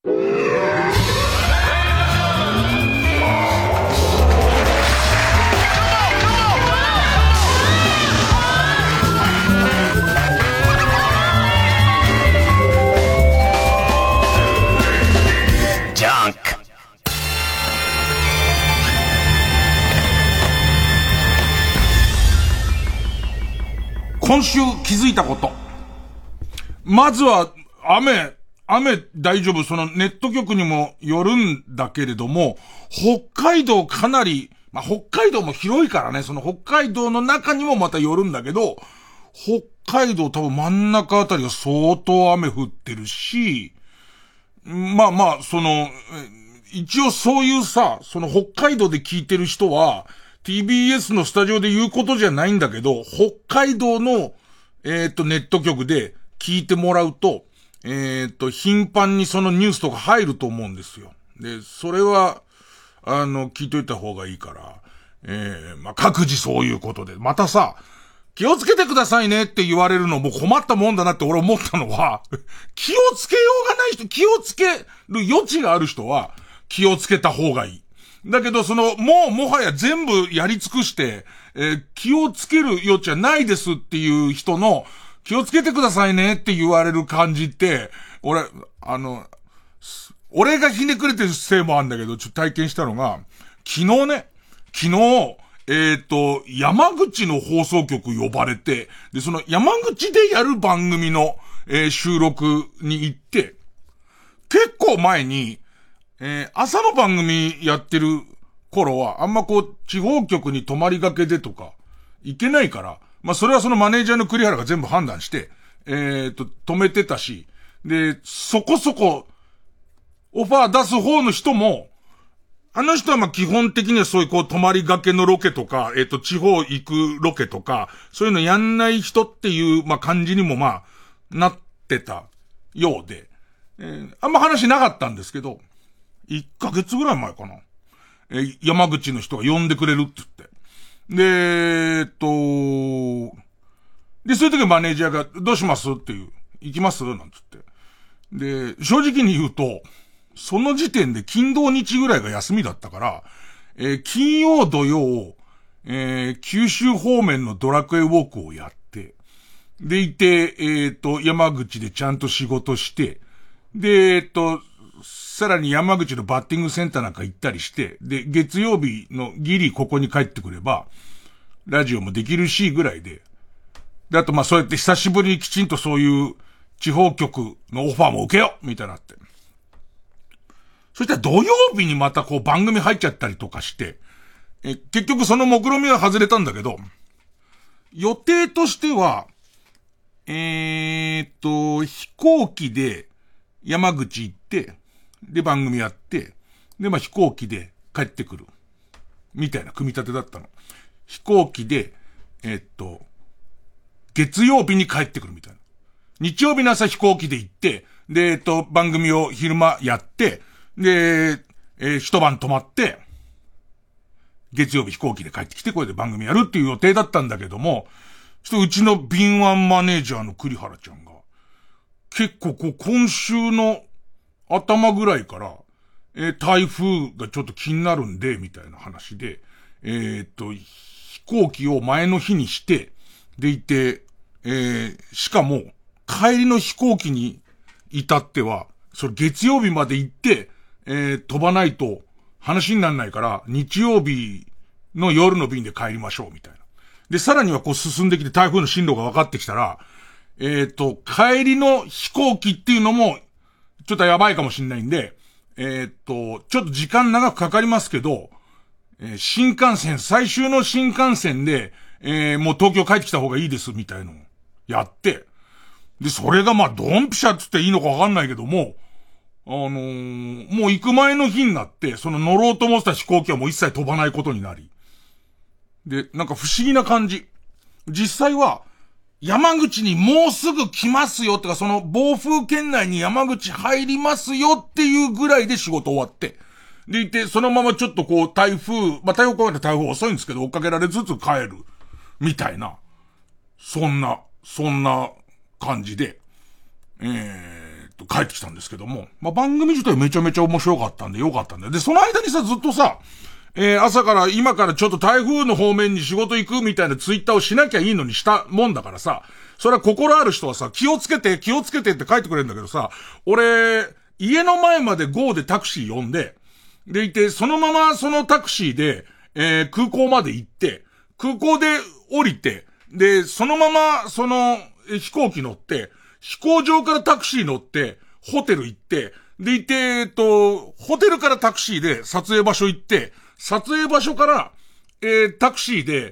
今週気づいたこと。まずは、雨大丈夫。そのネット局にもよるんだけれども、北海道かなり、北海道も広いからね、その北海道の中にもまたよるんだけど、北海道多分真ん中あたりは相当雨降ってるし、一応そういうさ、その北海道で聞いてる人は、TBS のスタジオで言うことじゃないんだけど、北海道の、ネット局で聞いてもらうと、頻繁にそのニュースとか入ると思うんですよ。で、それは、聞いといた方がいいから、各自そういうことで。またさ、気をつけてくださいねって言われるのも困ったもんだなって俺思ったのは、気をつけようがない人、気をつける余地がある人は、気をつけた方がいい。だけどもはや全部やり尽くして、気をつける余地はないですっていう人の、気をつけてくださいねって言われる感じって、俺がひねくれてるせいもあるんだけど、ちょっと体験したのが、昨日、山口の放送局呼ばれて、で、その山口でやる番組の、収録に行って、結構前に、朝の番組やってる頃は、あんま地方局に泊まりがけでとか、行けないから、それはそのマネージャーの栗原が全部判断して、止めてたし、で、そこそこ、オファー出す方の人も、あの人は基本的にはそういう泊まりがけのロケとか、地方行くロケとか、そういうのやんない人っていう、感じにもなってたようで、あんま話なかったんですけど、1ヶ月ぐらい前かな。山口の人が呼んでくれるって言って。で、そういう時マネージャーが、どうしますっていう、行きますなんつって。で、正直に言うと、その時点で金土日ぐらいが休みだったから、金曜土曜、九州方面のドラクエウォークをやって、でいて、山口でちゃんと仕事して、で、さらに山口のバッティングセンターなんか行ったりして、で、月曜日のギリここに帰ってくれば、ラジオもできるしぐらいで。で、あとそうやって久しぶりにきちんとそういう地方局のオファーも受けようみたいになって。そしたら土曜日にまた番組入っちゃったりとかして、結局その目論見は外れたんだけど、予定としては、飛行機で山口行って、で、番組やって、で、飛行機で帰ってくる。みたいな組み立てだったの。飛行機で、月曜日に帰ってくるみたいな。日曜日の朝飛行機で行って、で、番組を昼間やって、で、一晩泊まって、月曜日飛行機で帰ってきて、これで番組やるっていう予定だったんだけども、ちょっとうちの敏腕マネージャーの栗原ちゃんが、結構今週の頭ぐらいから、台風がちょっと気になるんで、みたいな話で、飛行機を前の日にして、でいて、しかも、帰りの飛行機に至っては、それ月曜日まで行って、飛ばないと話にならないから、日曜日の夜の便で帰りましょう、みたいな。で、さらには進んできて台風の進路が分かってきたら、帰りの飛行機っていうのも、ちょっとやばいかもしんないんで、ちょっと時間長くかかりますけど、新幹線、最終の新幹線で、もう東京帰ってきた方がいいです、みたいのをやって、で、それがドンピシャつっていいのかわかんないけども、もう行く前の日になって、その乗ろうと思ってた飛行機はもう一切飛ばないことになり。で、なんか不思議な感じ。実際は、山口にもうすぐ来ますよとか、その暴風圏内に山口入りますよっていうぐらいで仕事終わって。でいて、そのままちょっと台風、台風越えて台風遅いんですけど、追っかけられつつ帰る。みたいな。そんな感じで、帰帰ってきたんですけども、まあ、番組自体めちゃめちゃ面白かったんでよかったんだよ。で、その間にさ、ずっとさ、朝から今からちょっと台風の方面に仕事行くみたいなツイッターをしなきゃいいのにしたもんだからさ、それは心ある人はさ、気をつけてって書いてくれるんだけどさ、俺、家の前まで GO でタクシー呼んで、でいて、そのままそのタクシーで、空港まで行って、空港で降りて、で、そのままその飛行機乗って、飛行場からタクシー乗って、ホテル行って、でいて、ホテルからタクシーで撮影場所行って、撮影場所から、タクシーで、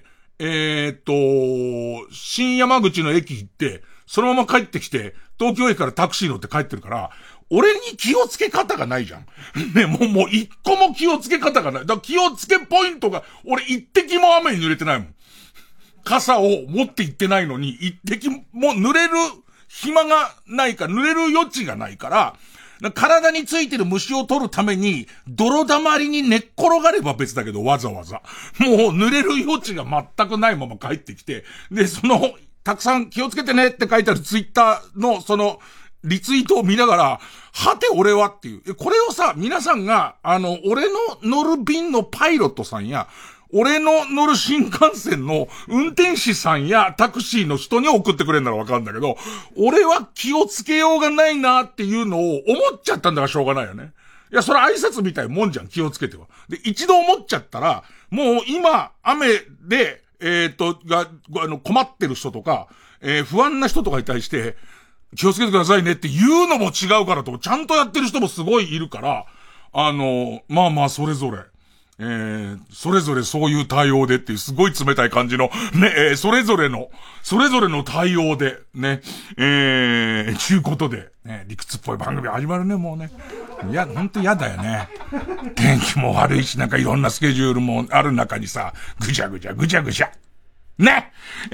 新山口の駅行って、そのまま帰ってきて、東京駅からタクシー乗って帰ってるから、俺に気をつけ方がないじゃん。ね、もう一個も気をつけ方がない。だから気をつけポイントが、俺一滴も雨に濡れてないもん。傘を持って行ってないのに、一滴も濡れる暇がないか、濡れる余地がないから、体についてる虫を取るために、泥だまりに寝っ転がれば別だけど、わざわざ。もう濡れる余地が全くないまま帰ってきて、で、たくさん気をつけてねって書いてあるツイッターの、リツイートを見ながら、はて俺はっていう。これをさ、皆さんが、俺の乗る便のパイロットさんや、俺の乗る新幹線の運転士さんやタクシーの人に送ってくれるならわかるんだけど、俺は気をつけようがないなっていうのを思っちゃったんだからしょうがないよね。いや、それ挨拶みたいもんじゃん、気をつけては。で、一度思っちゃったら、もう今、雨で、困ってる人とか、不安な人とかに対して、気をつけてくださいねって言うのも違うからと、ちゃんとやってる人もすごいいるから、まあまあ、それぞれそういう対応でっていうすごい冷たい感じの、ね、それぞれの対応で、ね、ちゅうことで、ね、理屈っぽい番組始まるね、もうね。いや、ほんと嫌だよね。天気も悪いし、なんかいろんなスケジュールもある中にさ、ぐちゃぐちゃ。ね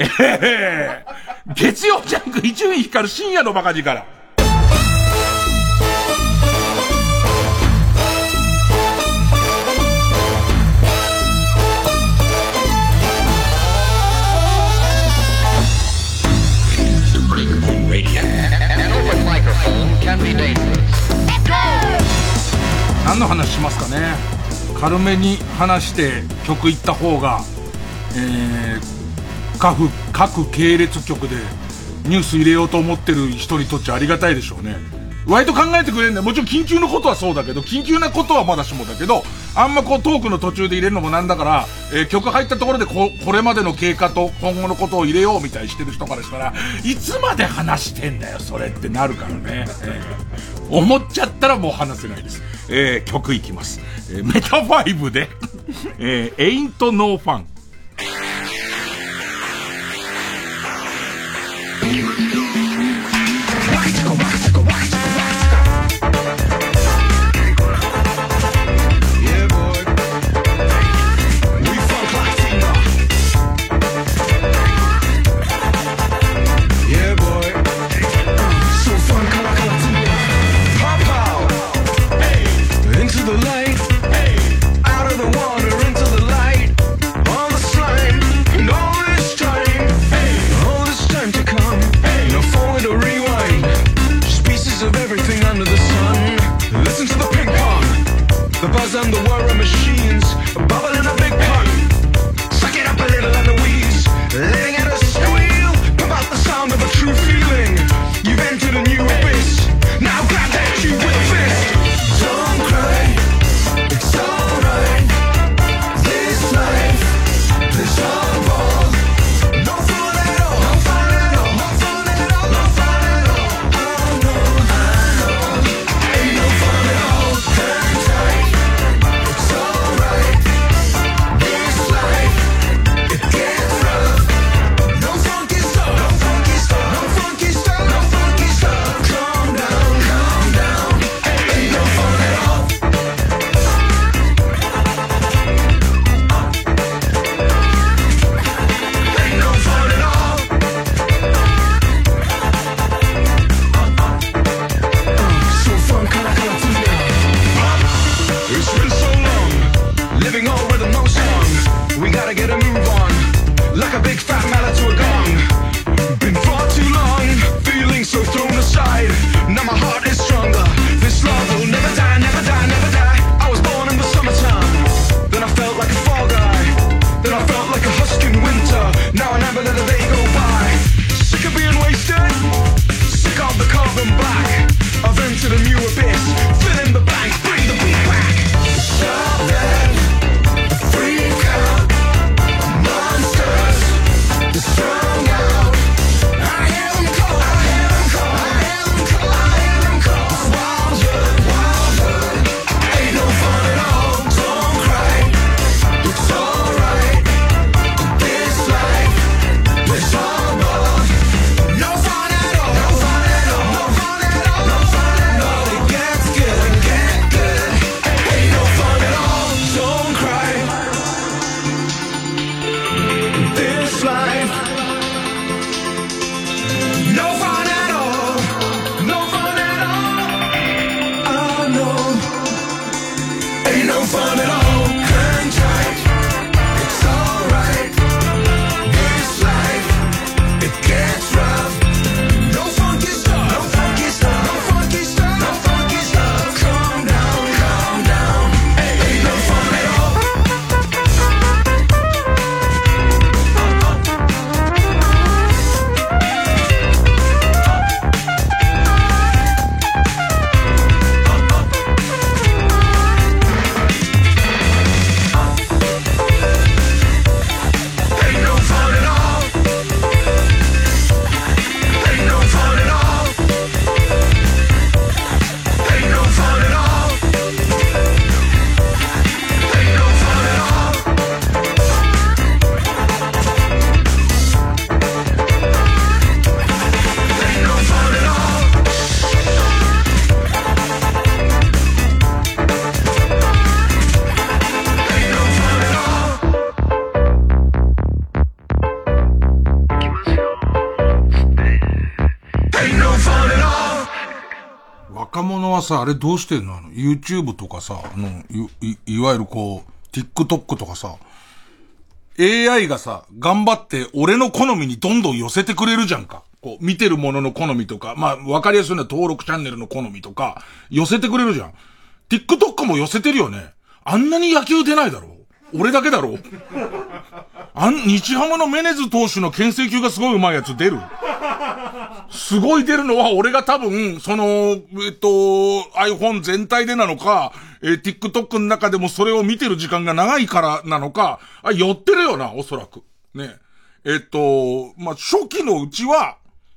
月曜ジャンク伊集院光る深夜のバカ力。何の話しますかね。軽めに話して曲いった方が、各系列局でニュース入れようと思ってる人にとっちゃありがたいでしょうね。割と考えてくれるんだよ。もちろん緊急のことはそうだけど、緊急なことはまだしもだけど、あんまトークの途中で入れるのもなんだから、曲入ったところでこれまでの経過と今後のことを入れようみたいにしてる人からしたら、いつまで話してんだよそれってなるからね。思っちゃったらもう話せないです。曲いきます。メタ5でAin't No Fun。 to the new abyss. Fill in the blanks, bring the beat back. Stop that, freak out, monsters, strung out. I hear them call, I hear them call, I hear them call, I hear them call. Wildhood, wildhood, ain't no fun at all. Don't cry, it's alright. This life, it's all wrong. No fun at all, no fun at all, no fun at all, no fun at all. It gets good, get good. Ain't no fun at all. Don't cry. This life, no fun at all, no fun at all. I know, ain't no fun at all. Hang tight, it's alright. This life, it gets rough. No funky stuff, no funky stuff, no funky stuff, no funky stuff. Calm down, calm down. Ain't no fun at all. Ain't no fun at all. Ain't no fun at all. Ain't no fun at all. Ain't no fun at all. Ain't no fun at all. Ain't no fun at all. Ain't no fun at all. 若者はさ、あれどうしてんのYouTube とかさ、いわゆるこう、TikTok とかさ、AI がさ、頑張って俺の好みにどんどん寄せてくれるじゃんか。こう、見てるものの好みとか、まあ、わかりやすいのは登録チャンネルの好みとか、寄せてくれるじゃん。TikTok も寄せてるよね。あんなに野球出ないだろ俺だけだろ日ハムのメネズ投手の牽制球がすごい上手いやつ出るすごい出るのは俺が多分、iPhone 全体でなのか、TikTok の中でもそれを見てる時間が長いからなのか、寄ってるよな、おそらく。ね。まあ、初期のうちは、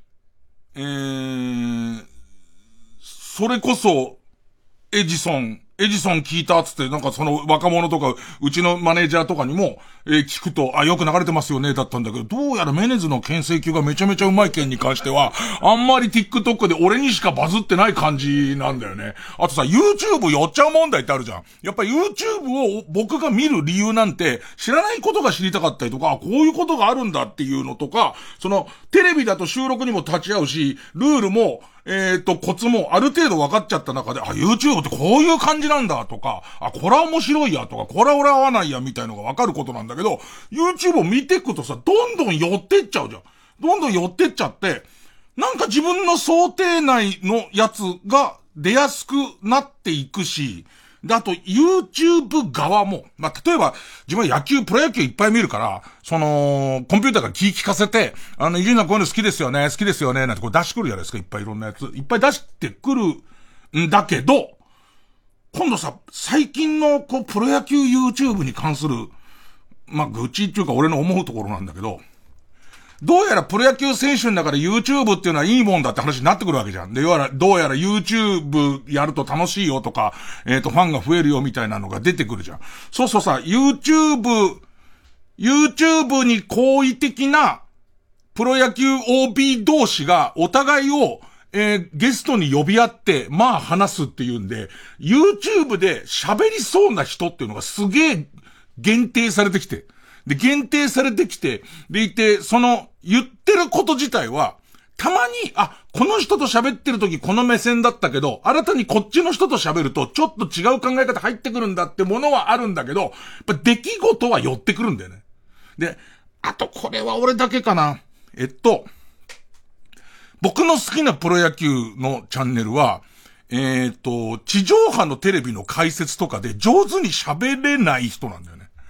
それこそ、エジソン聞いたっつって、なんかその若者とか、うちのマネージャーとかにも、聞くと、よく流れてますよね、だったんだけど、どうやらメネズの牽制球がめちゃめちゃ上手い件に関しては、あんまり TikTok で俺にしかバズってない感じなんだよね。あとさ、YouTube 寄っちゃう問題ってあるじゃん。やっぱ YouTube を僕が見る理由なんて、知らないことが知りたかったりとか、こういうことがあるんだっていうのとか、テレビだと収録にも立ち会うし、ルールも、コツもある程度分かっちゃった中で、YouTube ってこういう感じなんだとか、これは面白いやとか、これは俺は合わないやみたいのが分かることなんだけど、YouTube を見ていくとさ、どんどん寄ってっちゃうじゃん。どんどん寄ってっちゃって、なんか自分の想定内のやつが出やすくなっていくし、で、あと、YouTube 側も、まあ、例えば、自分はプロ野球いっぱい見るから、コンピューターが聞かせて、伊集院さんこういうの好きですよね、なんてこれ出してくるじゃないですか、いっぱいいろんなやつ。いっぱい出してくるんだけど、今度さ、最近のプロ野球 YouTube に関する、まあ、愚痴っていうか俺の思うところなんだけど、どうやらプロ野球選手の中で YouTube っていうのはいいもんだって話になってくるわけじゃん。で、どうやら YouTube やると楽しいよとか、ファンが増えるよみたいなのが出てくるじゃん。そうそうさ、YouTube に好意的なプロ野球 OB 同士がお互いを、ゲストに呼び合って、まあ話すっていうんで、YouTube で喋りそうな人っていうのがすげえ限定されてきて、で、言って、言ってること自体は、たまに、この人と喋ってる時この目線だったけど、新たにこっちの人と喋ると、ちょっと違う考え方入ってくるんだってものはあるんだけど、やっぱ出来事は寄ってくるんだよね。で、あとこれは俺だけかな。僕の好きなプロ野球のチャンネルは、地上波のテレビの解説とかで上手に喋れない人なんだよね。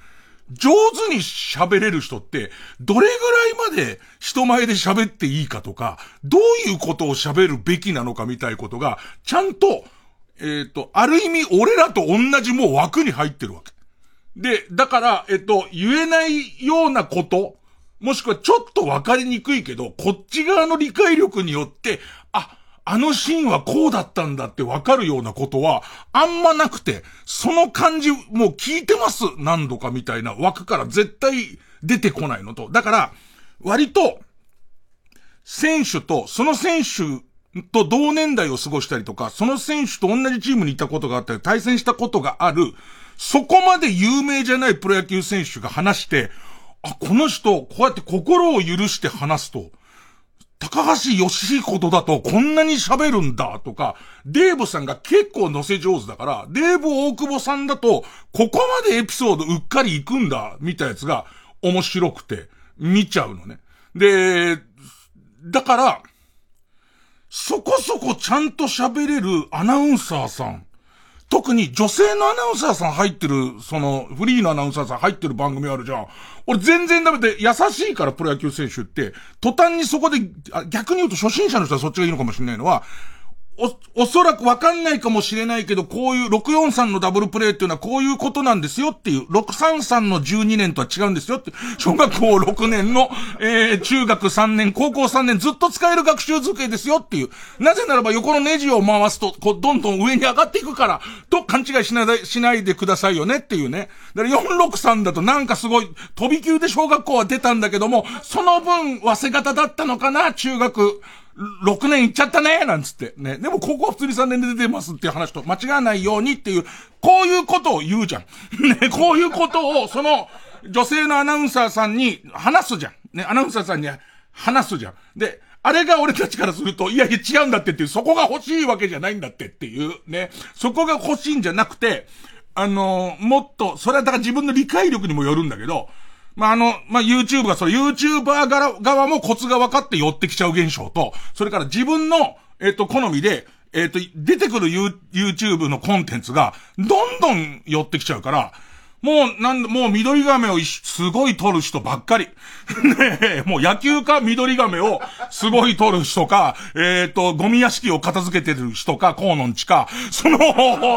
上手に喋れる人って、どれぐらいまで人前で喋っていいかとか、どういうことを喋るべきなのかみたいなことが、ちゃんと、ある意味俺らと同じもう枠に入ってるわけ。で、だから、言えないようなこと、もしくはちょっとわかりにくいけど、こっち側の理解力によって、あのシーンはこうだったんだってわかるようなことは、あんまなくて、その感じ、もう聞いてます何度かみたいな枠から絶対出てこないのと。だから、割と、選手と、その選手と同年代を過ごしたりとか、その選手と同じチームに行ったことがあったり、対戦したことがある、そこまで有名じゃないプロ野球選手が話して、この人、こうやって心を許して話すと、高橋義彦だとこんなに喋るんだとか、デーブさんが結構乗せ上手だから、デーブ大久保さんだと、ここまでエピソードうっかり行くんだ、みたいなやつが面白くて、見ちゃうのね。で、だから、そこそこちゃんと喋れるアナウンサーさん、特に女性のアナウンサーさん入ってる、その、フリーのアナウンサーさん入ってる番組あるじゃん。俺全然ダメで、優しいからプロ野球選手って、途端にそこで、逆に言うと初心者の人はそっちがいいのかもしれないのは、おそらくわかんないかもしれないけど、こういう643のダブルプレイっていうのはこういうことなんですよっていう、633の12年とは違うんですよって、小学校6年の、中学3年、高校3年ずっと使える学習机ですよっていう。なぜならば横のネジを回すと、こう、どんどん上に上がっていくから、と勘違いしないでくださいよねっていうね。だから463だとなんかすごい、飛び級で小学校は出たんだけども、その分、早稲方だったのかな、中学、6年行っちゃったねなんつってね。でもここは普通に3年で出てますっていう話と間違わないようにっていう、こういうことを言うじゃん。ね、こういうことを、その、女性のアナウンサーさんに話すじゃん。ね、アナウンサーさんに話すじゃん。で、あれが俺たちからすると、いやいや違うんだってっていう、そこが欲しいわけじゃないんだってっていう、ね。そこが欲しいんじゃなくて、もっと、それはだから自分の理解力にもよるんだけど、YouTube がYouTuber 側もコツが分かって寄ってきちゃう現象と、それから自分の、好みで、出てくるYouTube のコンテンツが、どんどん寄ってきちゃうから、もう緑亀をすごい撮る人ばっかり。ねえ、もう野球か緑亀をすごい撮る人か、ゴミ屋敷を片付けてる人か、河野んちか、その、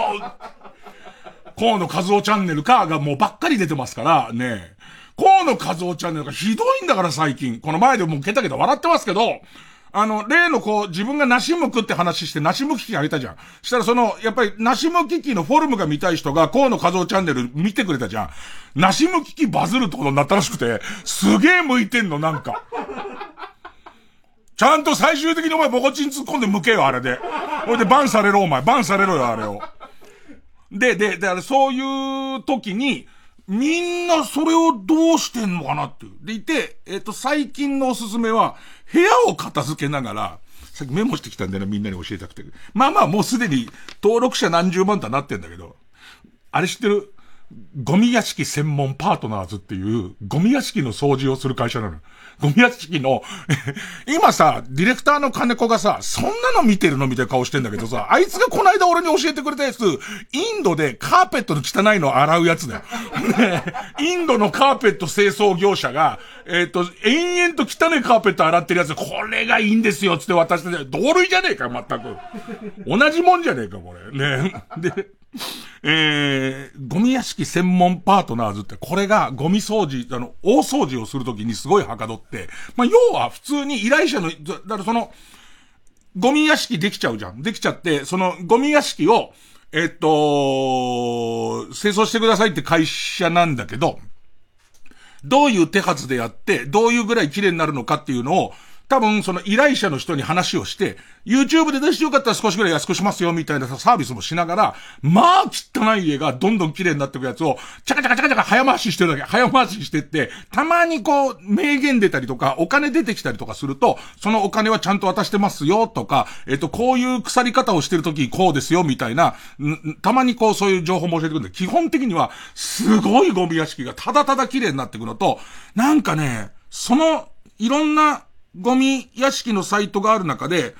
河野和夫チャンネルかがもうばっかり出てますから、ねえ。河野和夫チャンネルがひどいんだから最近。この前でもうケタケタ笑ってますけど、例の自分が梨むくって話して梨むき器あげたじゃん。したらやっぱり梨むき器のフォルムが見たい人が河野和夫チャンネル見てくれたじゃん。梨むき器バズるってことになったらしくて、すげえ向いてんのなんか。ちゃんと最終的にお前ボコチン突っ込んで向けよ、あれで。これでバンされろ、お前。バンされろよ、あれを。で、そういう時に、みんなそれをどうしてんのかなっていう。でいて、最近のおすすめは、部屋を片付けながら、さっきメモしてきたんだよな、みんなに教えたくて。もうすでに登録者何十万となってんだけど、あれ知ってる？ゴミ屋敷専門パートナーズっていう、ゴミ屋敷の掃除をする会社なの。ゴミ屋敷の、今さ、ディレクターの金子がさ、そんなの見てるのみたいな顔してんだけどさ、あいつがこの間俺に教えてくれたやつ、インドでカーペットの汚いのを洗うやつだよ。ね、インドのカーペット清掃業者が、延々と汚いカーペット洗ってるやつ、これがいいんですよ、つって渡してて、同類じゃねえか、全く。同じもんじゃねえか、これ。ね。で、ゴミ屋敷専門パートナーズって、これがゴミ掃除、大掃除をするときにすごいはかどって、要は普通に依頼者の、だからゴミ屋敷できちゃうじゃん。できちゃって、ゴミ屋敷を、清掃してくださいって会社なんだけど、どういう手はずでやって、どういうぐらい綺麗になるのかっていうのを、多分依頼者の人に話をして、YouTube で出してよかったら少しぐらい安くしますよみたいなサービスもしながら、汚い家がどんどん綺麗になっていくやつを、チャカチャカチャカチャカ早回ししてるだけ、早回ししてって、たまに名言出たりとか、お金出てきたりとかすると、そのお金はちゃんと渡してますよとか、こういう腐り方をしてるときこうですよみたいな、たまにそういう情報も教えてくるんで、基本的には、すごいゴミ屋敷がただただ綺麗になっていくのと、なんかね、いろんな、ゴミ屋敷のサイトがある中で、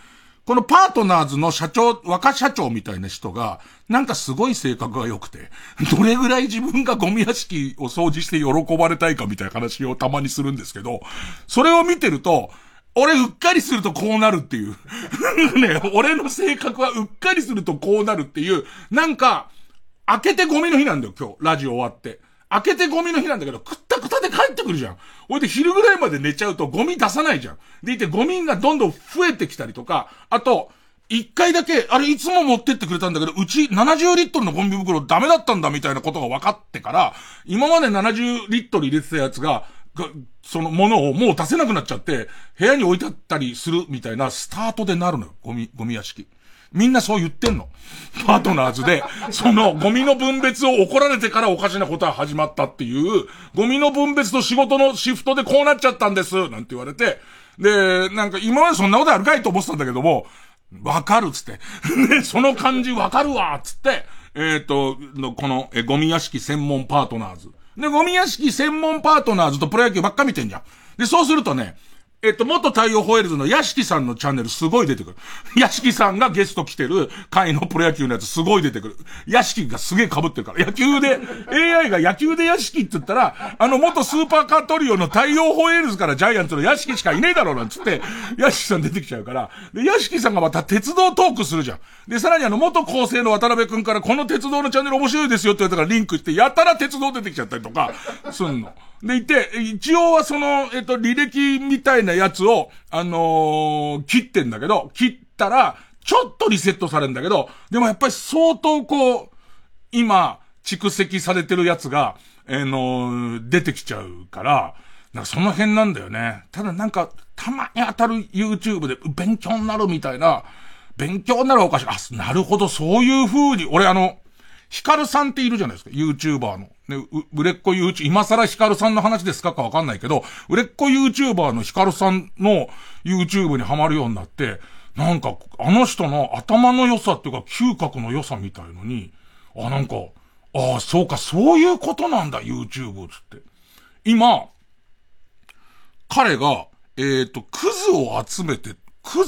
このパートナーズの社長、若社長みたいな人が、なんかすごい性格が良くて、どれぐらい自分がゴミ屋敷を掃除して喜ばれたいかみたいな話をたまにするんですけど、それを見てると、俺うっかりするとこうなるっていう。ね、俺の性格はうっかりするとこうなるっていう、なんか、開けてゴミの日なんだよ、今日。ラジオ終わって。開けてゴミの日なんだけど、くったくたで帰ってくるじゃん。ほいで昼ぐらいまで寝ちゃうとゴミ出さないじゃん。でいてゴミがどんどん増えてきたりとか、あと、一回だけ、あれいつも持ってってくれたんだけど、うち70リットルのゴミ袋ダメだったんだみたいなことが分かってから、今まで70リットル入れてたやつが、そのものをもう出せなくなっちゃって、部屋に置いてあったりするみたいなスタートでなるのよ、ゴミ屋敷。みんなそう言ってんの。パートナーズで、そのゴミの分別を怒られてからおかしなことは始まったっていう、ゴミの分別と仕事のシフトでこうなっちゃったんです、なんて言われて、で、なんか今までそんなことあるかいと思ってたんだけども、わかるっつって。ね、その感じわかるわっつって、この、ゴミ屋敷専門パートナーズ。で、ゴミ屋敷専門パートナーズとプロ野球ばっか見てんじゃん。で、そうするとね、元太陽ホエールズの屋敷さんのチャンネルすごい出てくる。屋敷さんがゲスト来てる回のプロ野球のやつすごい出てくる。屋敷がすげえ被ってるから。野球で、AI が野球で屋敷って言ったら、元スーパーカートリオの太陽ホエールズからジャイアンツの屋敷しかいねえだろうなんつって、屋敷さん出てきちゃうから。で、屋敷さんがまた鉄道トークするじゃん。で、さらに元構成の渡辺くんからこの鉄道のチャンネル面白いですよって言われたからリンクして、やたら鉄道出てきちゃったりとか、すんの。でいて、一応はその、履歴みたいなやつを、切ってんだけど、切ったら、ちょっとリセットされるんだけど、でもやっぱり相当こう、今、蓄積されてるやつが、出てきちゃうから、なんかその辺なんだよね。ただなんか、たまに当たる YouTube で勉強になるみたいな、勉強になるおかしい。あ、なるほど、そういう風に、俺ヒカルさんっているじゃないですか、YouTuber の。ね、売れっ子 YouTuber、今更ヒカルさんの話ですかわかんないけど、売れっ子 YouTuber のヒカルさんの YouTube にハマるようになって、なんか、あの人の頭の良さっていうか、嗅覚の良さみたいのに、なんか、そうか、そういうことなんだ、YouTube つって。今、彼が、クズを集めて、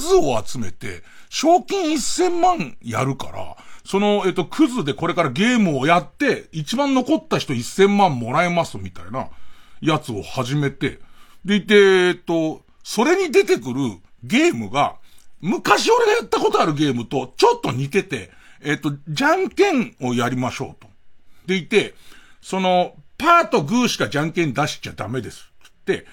賞金1000万やるから、その、クズでこれからゲームをやって、一番残った人1000万もらえますみたいなやつを始めて、でいて、それに出てくるゲームが、昔俺がやったことあるゲームとちょっと似てて、じゃんけんをやりましょうと。でいて、その、パーとグーしかじゃんけん出しちゃダメです。って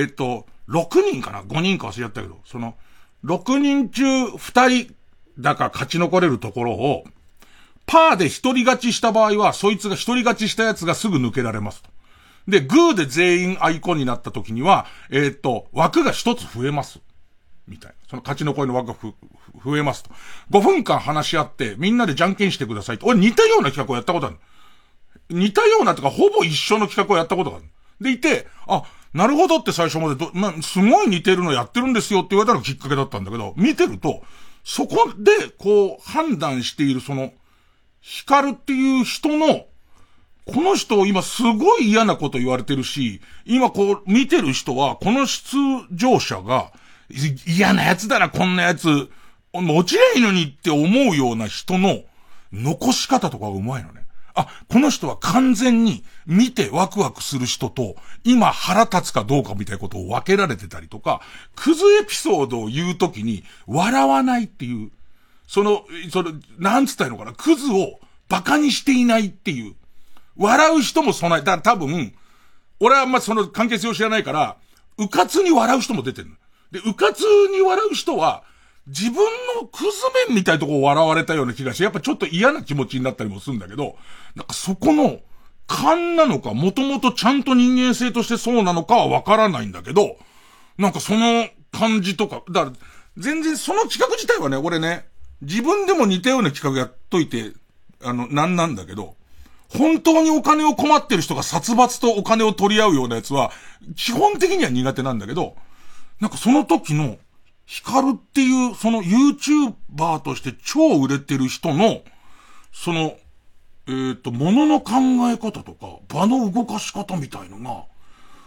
6人かな ?5 人か忘れちゃったけど、その、6人中2人だか勝ち残れるところを、パーで一人勝ちした場合は、そいつが一人勝ちしたやつがすぐ抜けられますと。で、グーで全員アイコンになった時には、枠が一つ増えます。みたいな。その勝ち残りの枠が増えますと。5分間話し合って、みんなでじゃんけんしてくださいと。俺似たような企画をやったことある。似たようなとか、ほぼ一緒の企画をやったことがある。でいて、なるほどって最初まですごい似てるのやってるんですよって言われたのがきっかけだったんだけど、見てると、そこで、こう、判断しているその、ヒカルっていう人の、この人今すごい嫌なこと言われてるし、今こう見てる人は、この出場者が、嫌なやつだな、こんなやつ、落ちないのにって思うような人の残し方とかがうまいのね。この人は完全に見てワクワクする人と、今腹立つかどうかみたいなことを分けられてたりとか、クズエピソードを言うときに笑わないっていう、なんつったらいいのかな、クズをバカにしていないっていう。笑う人も備え、だから多分、俺はあんまその関係性を知らないから、うかつに笑う人も出てるの。で、うかつに笑う人は、自分のクズ面みたいなところを笑われたような気がして、やっぱちょっと嫌な気持ちになったりもするんだけど、なんかそこの、勘なのか、もともとちゃんと人間性としてそうなのかはわからないんだけど、なんかその感じとか、だから、全然その企画自体はね、俺ね、自分でも似たような企画やっといて、なんだけど、本当にお金を困ってる人が殺伐とお金を取り合うようなやつは、基本的には苦手なんだけど、なんかその時の、ヒカルっていう、その YouTuber として超売れてる人の、その、物の考え方とか、場の動かし方みたいのが、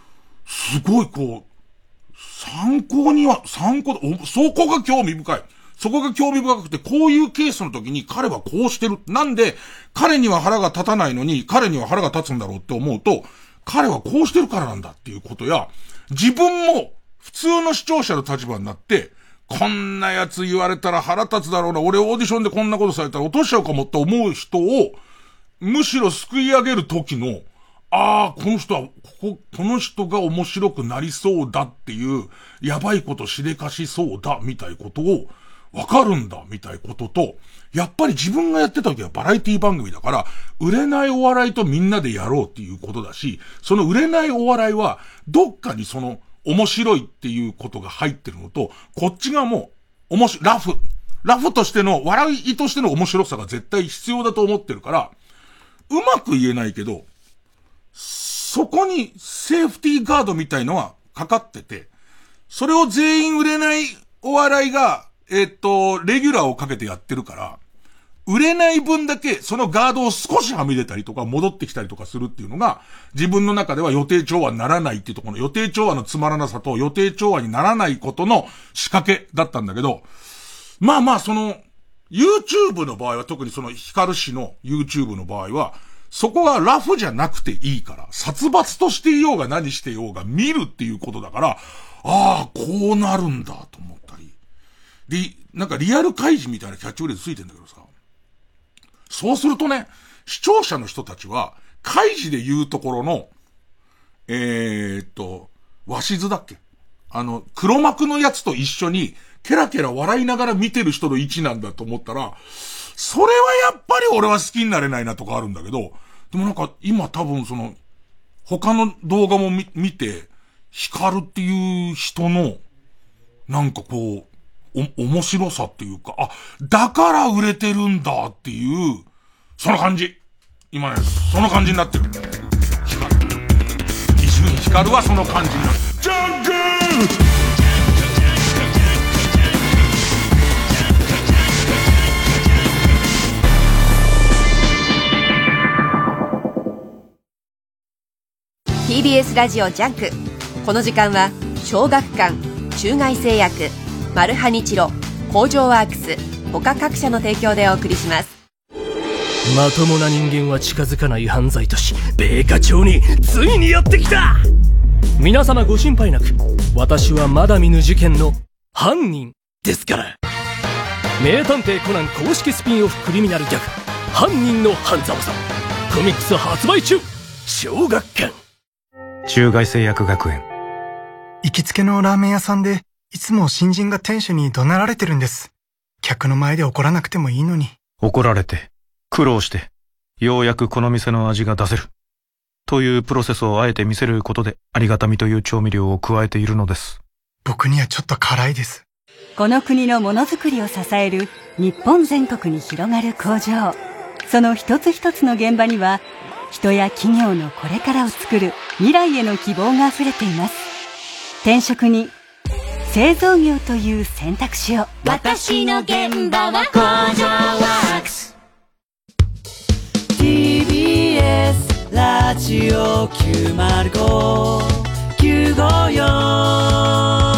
すごいこう、そこが興味深い。 そこが興味深くて、こういうケースの時に彼はこうしてる。なんで、彼には腹が立たないのに、彼には腹が立つんだろうって思うと、彼はこうしてるからなんだっていうことや、自分も普通の視聴者の立場になって、こんなやつ言われたら腹立つだろうな、俺オーディションでこんなことされたら落としちゃうかもって思う人を、むしろ救い上げる時の、この人は、この人が面白くなりそうだっていう、やばいことしでかしそうだ、みたいことを、わかるんだ、みたいことと、やっぱり自分がやってた時はバラエティ番組だから、売れないお笑いとみんなでやろうっていうことだし、その売れないお笑いは、どっかにその、面白いっていうことが入ってるのと、こっちがもう、ラフとしての、笑いとしての面白さが絶対必要だと思ってるから、うまく言えないけど、そこにセーフティーガードみたいのはかかってて、それを全員売れないお笑いが、レギュラーをかけてやってるから、売れない分だけそのガードを少しはみ出たりとか戻ってきたりとかするっていうのが、自分の中では予定調和にならないっていうところの予定調和のつまらなさと予定調和にならないことの仕掛けだったんだけど、その、YouTube の場合は特にそのヒカル氏の YouTube の場合は、そこはラフじゃなくていいから、殺伐としていようが何していようが見るっていうことだから、こうなるんだと思ったり。で、なんかリアル開示みたいなキャッチフレーズついてんだけどさ。そうするとね、視聴者の人たちは、開示で言うところの、鷲津だっけ？黒幕のやつと一緒に、ケラケラ笑いながら見てる人の位置なんだと思ったら、それはやっぱり俺は好きになれないなとかあるんだけど、でもなんか今多分その、他の動画も見て、ヒカルっていう人の、なんかこう、面白さっていうか、だから売れてるんだっていう、その感じ。今ね、その感じになってる。伊集院光はその感じになってる。ジャンク ！TBS ラジオジャンク。この時間は小学館、中外製薬、マルハニチロ、工場ワークス他各社の提供でお送りします。 まともな人間は近づかない犯罪都市米花町についにやってきた。皆様ご心配なく、私はまだ見ぬ事件の犯人ですから。名探偵コナン公式スピンオフクリミナルギャグ、犯人の半沢さん、コミックス発売中。小学館。 中外製薬学園。 行きつけのラーメン屋さんで、いつも新人が店主に怒鳴られてるんです。客の前で怒らなくてもいいのに。 怒られて、苦労して、ようやくこの店の味が出せる。というプロセスをあえて見せることで、ありがたみという調味料を加えているのです。 僕にはちょっと辛いです。 この国のものづくりを支える日本全国に広がる工場。その一つ一つの現場には、人や企業のこれからを作る未来への希望があふれています。転職に製造業という選択肢を。 私の現場は工場ワークス。 TBS ラジオ905-954。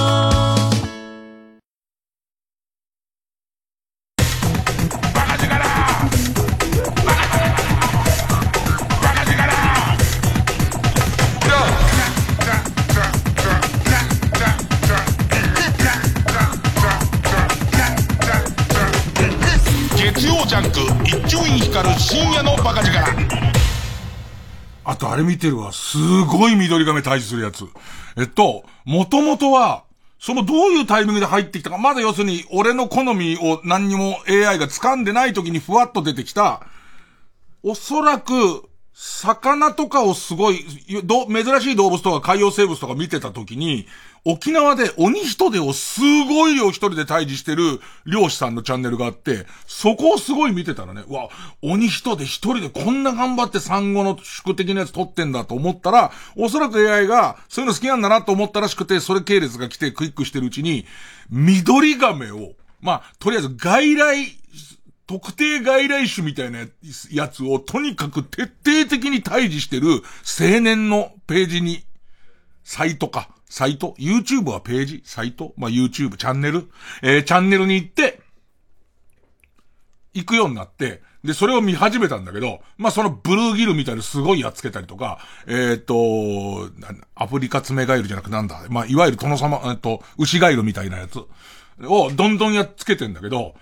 月曜ジャンク一丁院光る深夜のバカ力。あとあれ見てるわ。すごい緑亀退治するやつ。もともとは、そのどういうタイミングで入ってきたか、まだ要するに俺の好みを何にも AI が掴んでない時にふわっと出てきた、おそらく、魚とかをすごい、珍しい動物とか海洋生物とか見てた時に、沖縄で鬼人手をすごい量一人で退治してる漁師さんのチャンネルがあって、そこをすごい見てたらね、鬼人手一人でこんな頑張ってサンゴの宿敵のやつ取ってんだと思ったら、おそらく AI がそういうの好きなんだなと思ったらしくて、それ系列が来てクイックしてるうちに、緑亀を、とりあえず特定外来種みたいなやつをとにかく徹底的に退治してる青年のページに、サイト YouTube はページサイトYouTube チャンネルチャンネルに行って、 行くようになって、で、それを見始めたんだけど、まあ、そのブルーギルみたいなすごいやっつけたりとか、アフリカツメガエルじゃなくなんだ、まあ、いわゆる殿様、牛ガエルみたいなやつをどんどんやっつけてんだけど、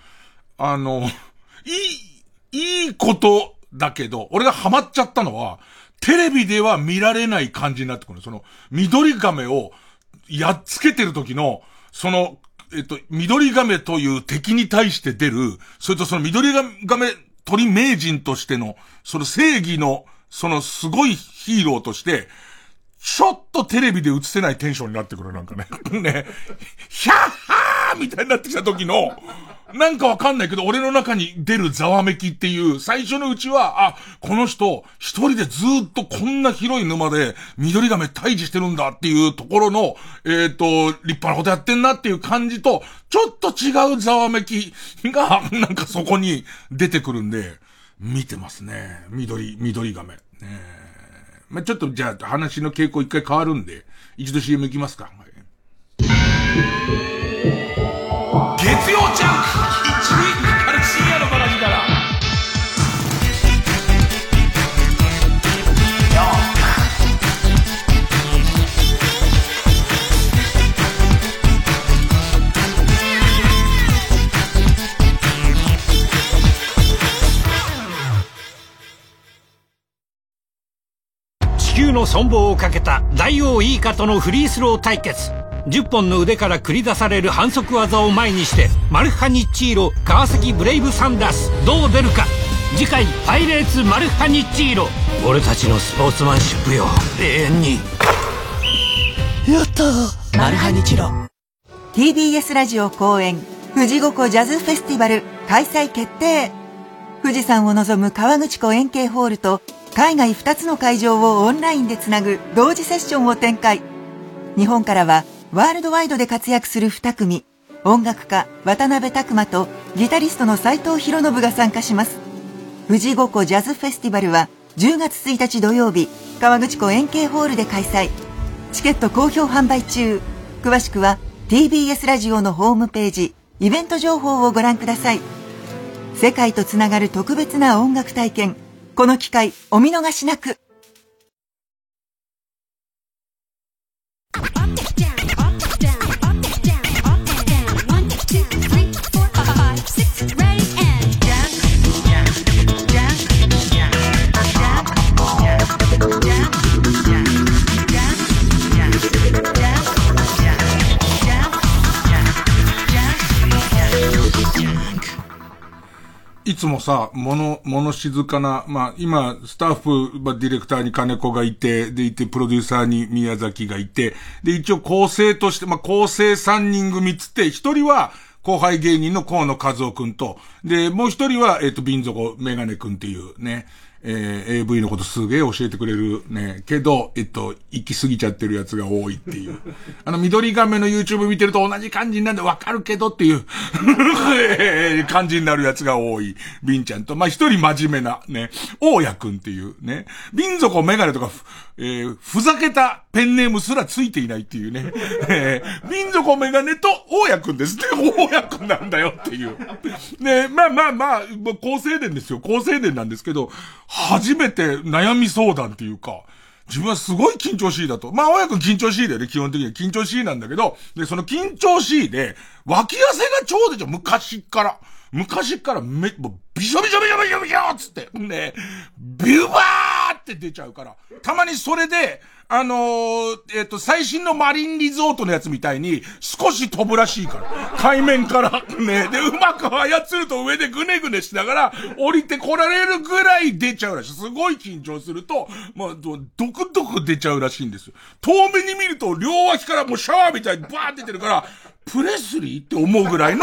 いいことだけど、俺がハマっちゃったのは、テレビでは見られない感じになってくる。その、緑亀をやっつけてる時の、その、緑亀という敵に対して出る、それとその緑亀鳥名人としての、その正義の、そのすごいヒーローとして、ちょっとテレビで映せないテンションになってくる、なんかね。ね、ヒャッハーみたいになってきた時の、なんかわかんないけど、俺の中に出るざわめきっていう、最初のうちは、この人、一人でずーっとこんな広い沼で、緑亀退治してるんだっていうところの、立派なことやってんなっていう感じと、ちょっと違うざわめきが、なんかそこに出てくるんで、見てますね。緑亀。まあ、ちょっとじゃあ話の傾向一回変わるんで、一度 CM 行きますか。月曜ジャンク一塁かかる深夜のバラジから地球の存亡をかけた大王イーカとのフリースロー対決。10本の腕から繰り出される反則技を前にしてマルハニッチーロ川崎ブレイブサンダースどう出るか。次回パイレーツマルハニッチーロ、俺たちのスポーツマンシップよ永遠に。 やったーマルハニチロ。 TBS ラジオ公演富士五湖ジャズフェスティバル開催決定。富士山を望む河口湖円形ホールと海外2つの会場をオンラインでつなぐ同時セッションを展開。日本からはワールドワイドで活躍する2組、音楽家渡辺拓磨とギタリストの斉藤博信が参加します。富士五湖ジャズフェスティバルは10月1日土曜日、河口湖円形ホールで開催。チケット好評販売中。詳しくは TBS ラジオのホームページ、イベント情報をご覧ください。世界とつながる特別な音楽体験、この機会お見逃しなく。 いつもさ、物静かな、まあ、今、スタッフ、ディレクターに金子がいて、プロデューサーに宮崎がいて、で、一応構成として、構成3人組つって、一人は、後輩芸人の河野和夫くんと、で、もう一人は、瓶底メガネくんっていうね、AV のことすげえ教えてくれるね、けど、行き過ぎちゃってるやつが多いっていう。緑亀の YouTube 見てると同じ感じになるんでわかるけどっていう感じになるやつが多い。ビンちゃんと、一人真面目なね、大家くんっていうね、瓶底メガネとかふざけたペンネームすらついていないっていうね、瓶底メガネと大家くんですって、大家くんなんだよっていう。ね、高青年ですよ。高青年なんですけど、初めて悩み相談っていうか、自分はすごい緊張しいだと。親くん緊張しいだよね、基本的には。緊張しいなんだけど、で、その緊張しいで、脇汗が超出ちゃう。昔からもうビショビショビショビショビショつって、ね、ビュバーって出ちゃうから、たまにそれで、最新のマリンリゾートのやつみたいに、少し飛ぶらしいから。海面から、ね。で、うまく操ると上でグネグネしながら、降りてこられるぐらい出ちゃうらしい。すごい緊張すると、ドクドク出ちゃうらしいんですよ。遠目に見ると、両脇からもうシャワーみたいにバーって出てるから、プレスリーって思うぐらいの、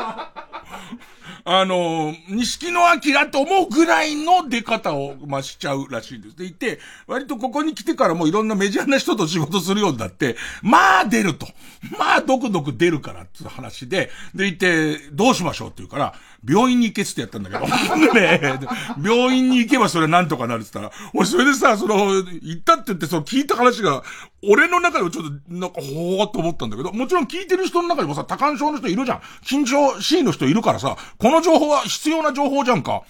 錦野明と思うぐらいの出方を、しちゃうらしいんです。でいて、割とここに来てからもいろんなメジャーな人と仕事するようになって、出ると。ドクドク出るからっていう話で、でいて、どうしましょうって言うから、 病院に行けっつってやったんだけど。ね病院に行けばそれなんとかなるっつったら、俺それでさ、行ったって言って、聞いた話が、俺の中でもちょっと、なんか、ほーっと思ったんだけど、もちろん聞いてる人の中にもさ、多感症の人いるじゃん。緊張しいの人いるからさ、この情報は必要な情報じゃんか。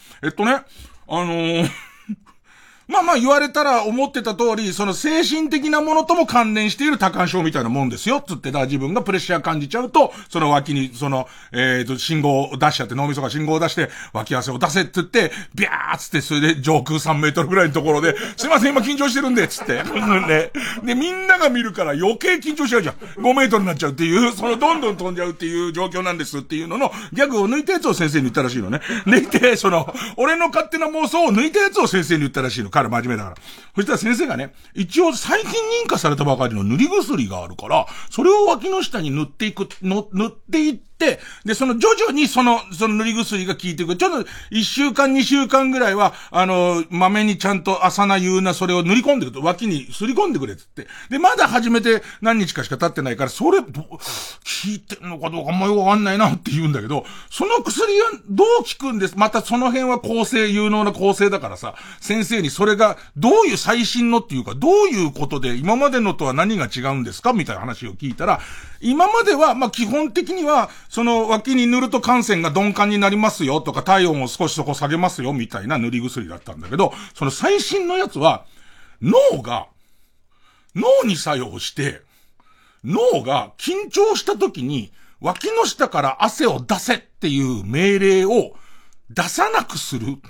まあ言われたら思ってた通り、その精神的なものとも関連している多感症みたいなもんですよ、つって、だから自分がプレッシャー感じちゃうと、その脇に、信号を出しちゃって、脳みそが信号を出して、脇汗を出せって言って、ビャーつって、それで上空3メートルぐらいのところで、すいません、今緊張してるんで、つって。ね。で、みんなが見るから余計緊張しちゃうじゃん。5メートルになっちゃうっていう、どんどん飛んじゃうっていう状況なんですっていうのの、ギャグを抜いたやつを先生に言ったらしいのね。抜いて、俺の勝手な妄想を抜いたやつを先生に言ったらしいの。彼真面目だから。そしたら先生がね、一応最近認可されたばかりの塗り薬があるから、それを脇の下に塗っていって、で、徐々にその塗り薬が効いていく。ちょっと1週間2週間ぐらいは、まめにちゃんと朝な夕なそれを塗り込んでくると、脇にすり込んでくれっつって。で、まだ始めて何日かしか経ってないから、それ、効いてんのかどうかあんまよくわかんないなって言うんだけど、その薬はどう効くんです？またその辺は有能な構成だからさ、先生にそれがどういう最新のっていうか、どういうことで今までのとは何が違うんですかみたいな話を聞いたら、今までは、基本的には、脇に塗ると汗腺が鈍感になりますよとか、体温を少しそこ下げますよみたいな塗り薬だったんだけど、その最新のやつは、脳に作用して、脳が緊張した時に、脇の下から汗を出せっていう命令を出さなくする。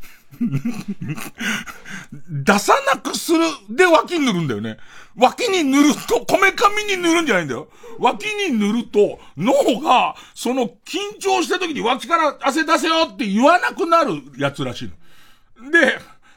出さなくするで脇に塗るんだよね。脇に塗ると、こめかみに塗るんじゃないんだよ。脇に塗ると、脳が、緊張した時に脇から汗出せよって言わなくなるやつらしいの。で、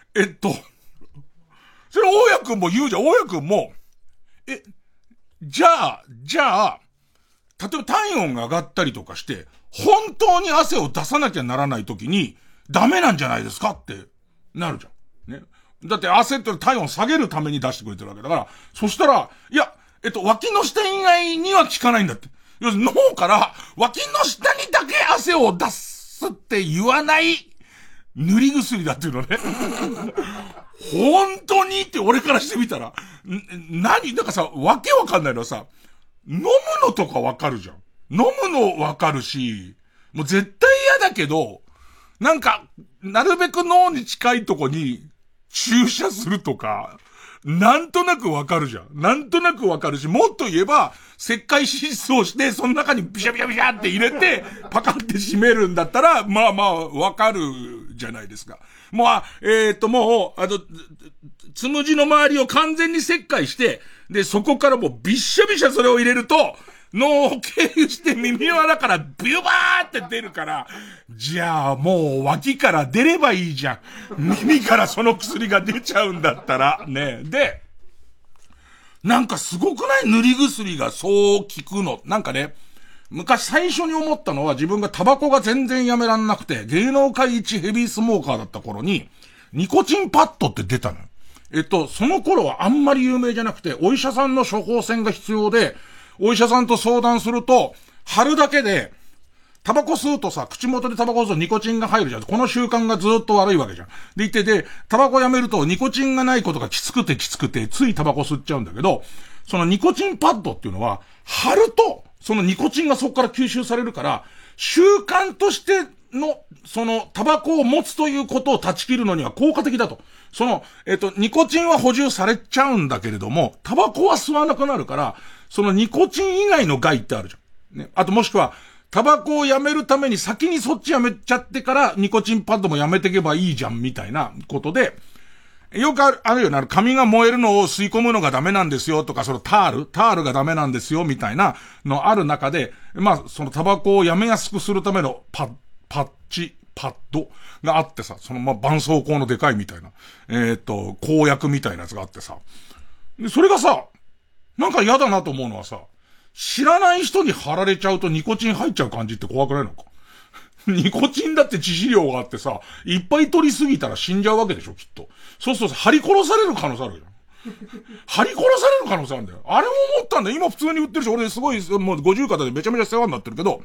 それ大家くんも言うじゃん。大家くんも、じゃあ、例えば体温が上がったりとかして、本当に汗を出さなきゃならない時に、ダメなんじゃないですかってなるじゃん。ね。だって汗って体温下げるために出してくれてるわけだから、そしたら、いや、脇の下以外には効かないんだって。要するに脳から脇の下にだけ汗を出すって言わない塗り薬だっていうのね。本当にって俺からしてみたら、なんかさ、わけわかんないのはさ、飲むのとかわかるじゃん。飲むのわかるし、もう絶対嫌だけど、なんか、なるべく脳に近いとこに注射するとか、なんとなくわかるじゃん。なんとなくわかるし、もっと言えば、石灰質をして、その中にビシャビシャビシャって入れて、パカって閉めるんだったら、まあまあ、わかるじゃないですか。もう、つむじの周りを完全に石灰して、で、そこからもうビッシャビシャそれを入れると、脳を経由して耳の穴からビュバーって出るから、じゃあもう脇から出ればいいじゃん。耳からその薬が出ちゃうんだったら、ね。で、なんかすごくない？塗り薬がそう効くの。なんかね、昔最初に思ったのは自分がタバコが全然やめらんなくて、芸能界一ヘビースモーカーだった頃に、ニコチンパッドって出たの。その頃はあんまり有名じゃなくて、お医者さんの処方箋が必要で、お医者さんと相談すると、貼るだけで、タバコ吸うとさ、口元でタバコ吸うとニコチンが入るじゃん。この習慣がずっと悪いわけじゃん。でいて、タバコやめるとニコチンがないことがきつくて、ついタバコ吸っちゃうんだけど、そのニコチンパッドっていうのは、貼ると、そのニコチンがそこから吸収されるから、習慣としての、タバコを持つということを断ち切るのには効果的だと。ニコチンは補充されちゃうんだけれども、タバコは吸わなくなるから、そのニコチン以外の害ってあるじゃん。ね。あともしくは、タバコをやめるために先にそっちやめちゃってからニコチンパッドもやめていけばいいじゃんみたいなことで、よくあるよね。紙が燃えるのを吸い込むのがダメなんですよとか、タールがダメなんですよみたいなのある中で、タバコをやめやすくするためのパッドがあってさ、絆創膏のでかいみたいな、公約みたいなやつがあってさ。で、それがさ、なんか嫌だなと思うのはさ、知らない人に貼られちゃうとニコチン入っちゃう感じって怖くないのか。ニコチンだって致死量があってさ、いっぱい取りすぎたら死んじゃうわけでしょ、きっと。そうすると貼り殺される可能性あるじゃん。貼り殺される可能性あるんだよ。あれも思ったんだよ。今普通に売ってるし、俺すごい、もう50肩でめちゃめちゃ世話になってるけど、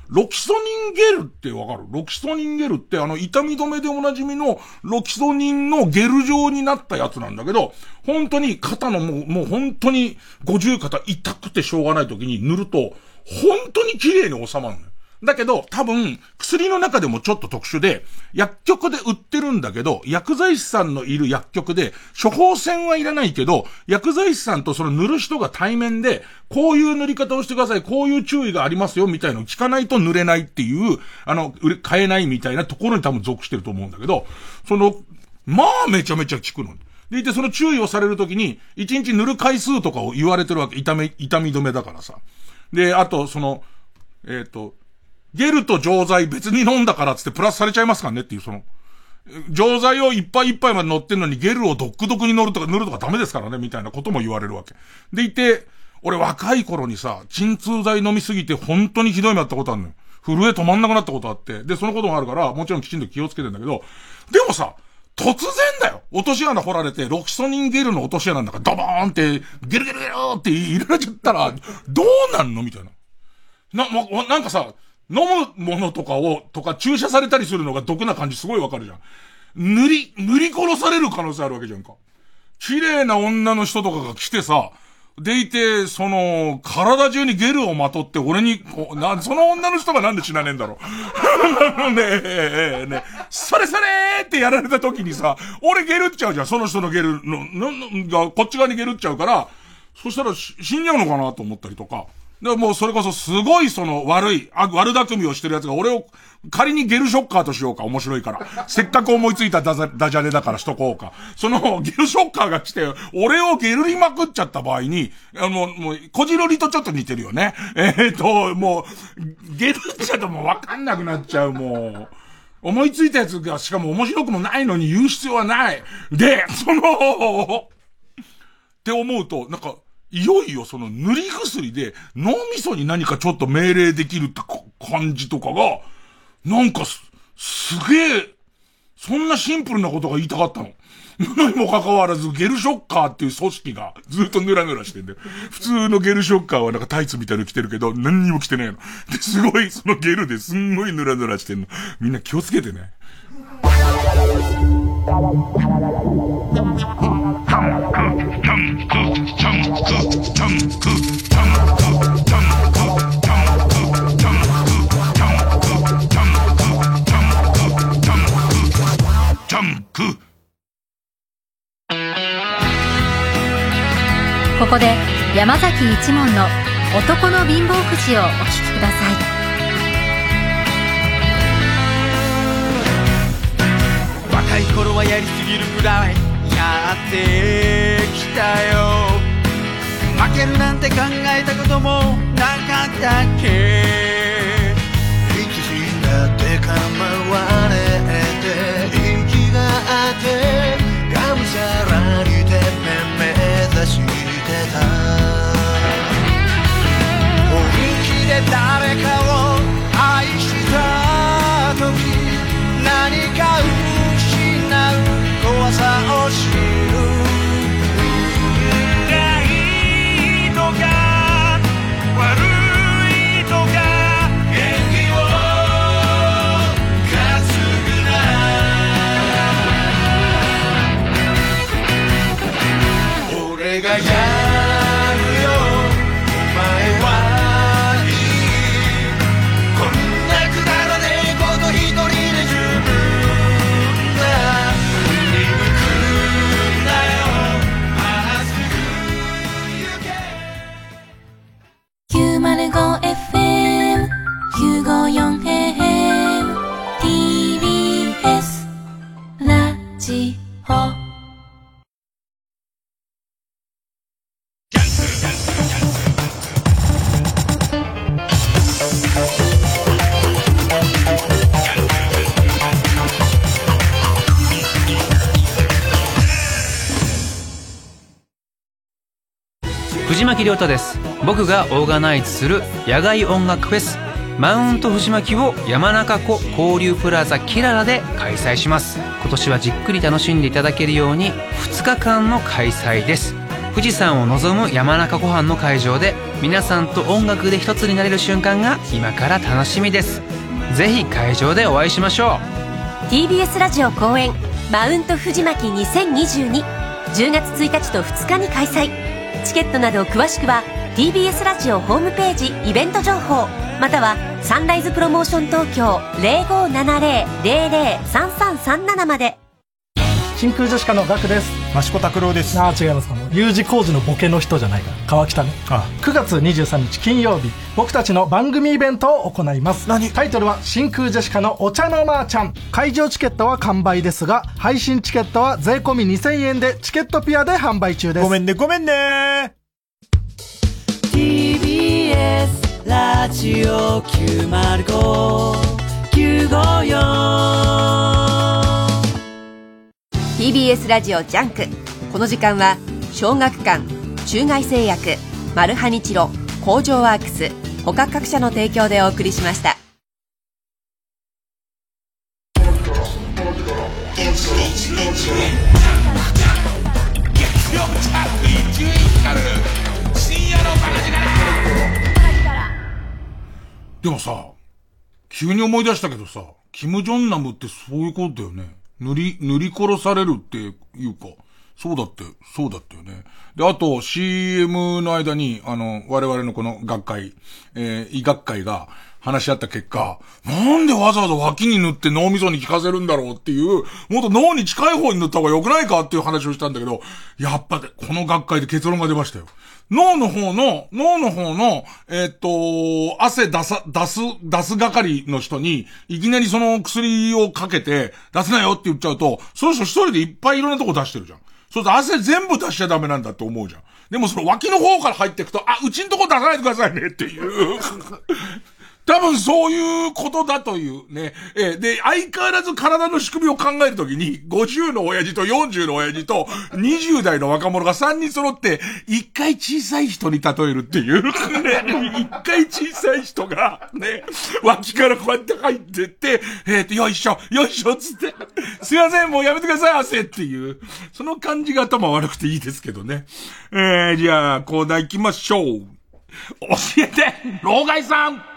ロキソニンゲルってわかる？ロキソニンゲルって痛み止めでおなじみのロキソニンのゲル状になったやつなんだけど、本当に肩のもう本当に50肩痛くてしょうがない時に塗ると、本当に綺麗に収まるのよ。だけど、多分、薬の中でもちょっと特殊で、薬局で売ってるんだけど、薬剤師さんのいる薬局で、処方箋はいらないけど、薬剤師さんとその塗る人が対面で、こういう塗り方をしてください、こういう注意がありますよ、みたいなのを聞かないと塗れないっていう、買えないみたいなところに多分属してると思うんだけど、まあめちゃめちゃ効くの。でいて、その注意をされるときに、1日塗る回数とかを言われてるわけ。痛み止めだからさ。で、あと、ゲルと錠剤別に飲んだからつってプラスされちゃいますからねっていう、錠剤をいっぱいいっぱいまで乗ってんのにゲルをドックドクに塗るとかダメですからねみたいなことも言われるわけ。でいて、俺若い頃にさ、鎮痛剤飲みすぎて本当にひどい目あったことあるのよ。震え止まんなくなったことあって。で、そのことがあるから、もちろんきちんと気をつけてんだけど、でもさ、突然だよ。落とし穴掘られて、ロキソニンゲルの落とし穴なんかドボーンって、ゲルゲルゲルって入れられちゃったら、どうなんのみたいな。なんかさ、飲むものとか注射されたりするのが毒な感じすごいわかるじゃん。塗り殺される可能性あるわけじゃんか。綺麗な女の人とかが来てさ、でいて、体中にゲルをまとって俺に、その女の人がなんで死なねえんだろう。ねえ、それってやられた時にさ、俺ゲルっちゃうじゃん。その人のゲルがこっち側にゲルっちゃうから、そしたら死んじゃうのかなと思ったりとか。でもうそれこそすごい悪巧みをしてる奴が俺を仮にゲルショッカーとしようか、面白いから。せっかく思いついたダジャレだからしとこうか。ゲルショッカーが来て、俺をゲルりまくっちゃった場合に、もう、小ジロリとちょっと似てるよね。もう、ゲルっちゃうともうわかんなくなっちゃう、もう。思いついたやつがしかも面白くもないのに言う必要はない。で、って思うと、なんか、いよいよ塗り薬で脳みそに何かちょっと命令できるって感じとかが、なんかすげえ、そんなシンプルなことが言いたかったの。にもかかわらずゲルショッカーっていう組織がずっとヌラヌラしてんだよ。普通のゲルショッカーはなんかタイツみたいなの着てるけど、何にも着てないの。で、すごいゲルですんごいヌラヌラしてんの。みんな気をつけてね。 ここで山崎一門の男の貧乏くじをお聞きください。 若い頃はやりすぎるくらいやってきたよ。負けるなんて考えたこともなかったっけ。いつになって構われて息があってがむしゃらにてっぺん目指してた。本気で誰かを愛した時何か怖さを知る。いいとか悪いとか元気を担ぐな。俺がやるよ、お前はいい。こんなくだらねえこと一人で十分だ。 905FM 954AM TBS ラジオ。 藤巻亮太です。僕がオーガナイズする野外音楽フェスマウント藤巻を山中湖交流プラザキララで開催します。今年はじっくり楽しんでいただけるように2日間の開催です。 富士山を望む山中湖畔の会場で皆さんと音楽で一つになれる瞬間が今から楽しみです。ぜひ会場でお会いしましょう。 TBS ラジオ公演マウント藤巻2022 10月1日と2日に開催。チケットなど詳しくは TBS ラジオホームページイベント情報またはサンライズプロモーション東京 0570-003337 まで。 真空ジェシカのガクです。 益子拓郎です。 違います。U字工事のボケの人じゃないから川北ね。9月23日金曜日僕たちの番組イベントを行います。タイトルは真空ジェシカのお茶のまーちゃん。会場チケットは完売ですが配信チケットは税込み2000円でチケットピアで販売中です。 ごめんね TBS ラジオ905-954 TBS ラジオジャンク。この時間は小学館、中外製薬、マルハニチロ、工場ワークス他各社の提供でお送りしました。 でもさ、急に思い出したけどさ、キム・ジョンナムってそういうことだよね。塗り殺されるっていうか、そうだったよね。で、あと CM の間に、我々のこの学会、医学会が話し合った結果、なんでわざわざ脇に塗って脳みそに効かせるんだろうっていう、もっと脳に近い方に塗った方が良くないかっていう話をしたんだけど、やっぱこの学会で結論が出ましたよ。脳の方の、汗出す係の人に、いきなりその薬をかけて、出すなよって言っちゃうと、その人一人でいっぱいいろんなとこ出してるじゃん。そうすると汗全部出しちゃダメなんだって思うじゃん。でもその脇の方から入っていくと、うちんとこ出さないでくださいねっていう。多分そういうことだというね。で、相変わらず体の仕組みを考えるときに、50の親父と40の親父と20代の若者が3人揃って、一回小さい人に例えるっていう。ね、一回小さい人が、ね、脇からこうやって入ってって、よいしょつって、すいません、もうやめてください、汗っていう。その感じが頭悪くていいですけどね。じゃあ、コーナー行きましょう。教えて、老害さん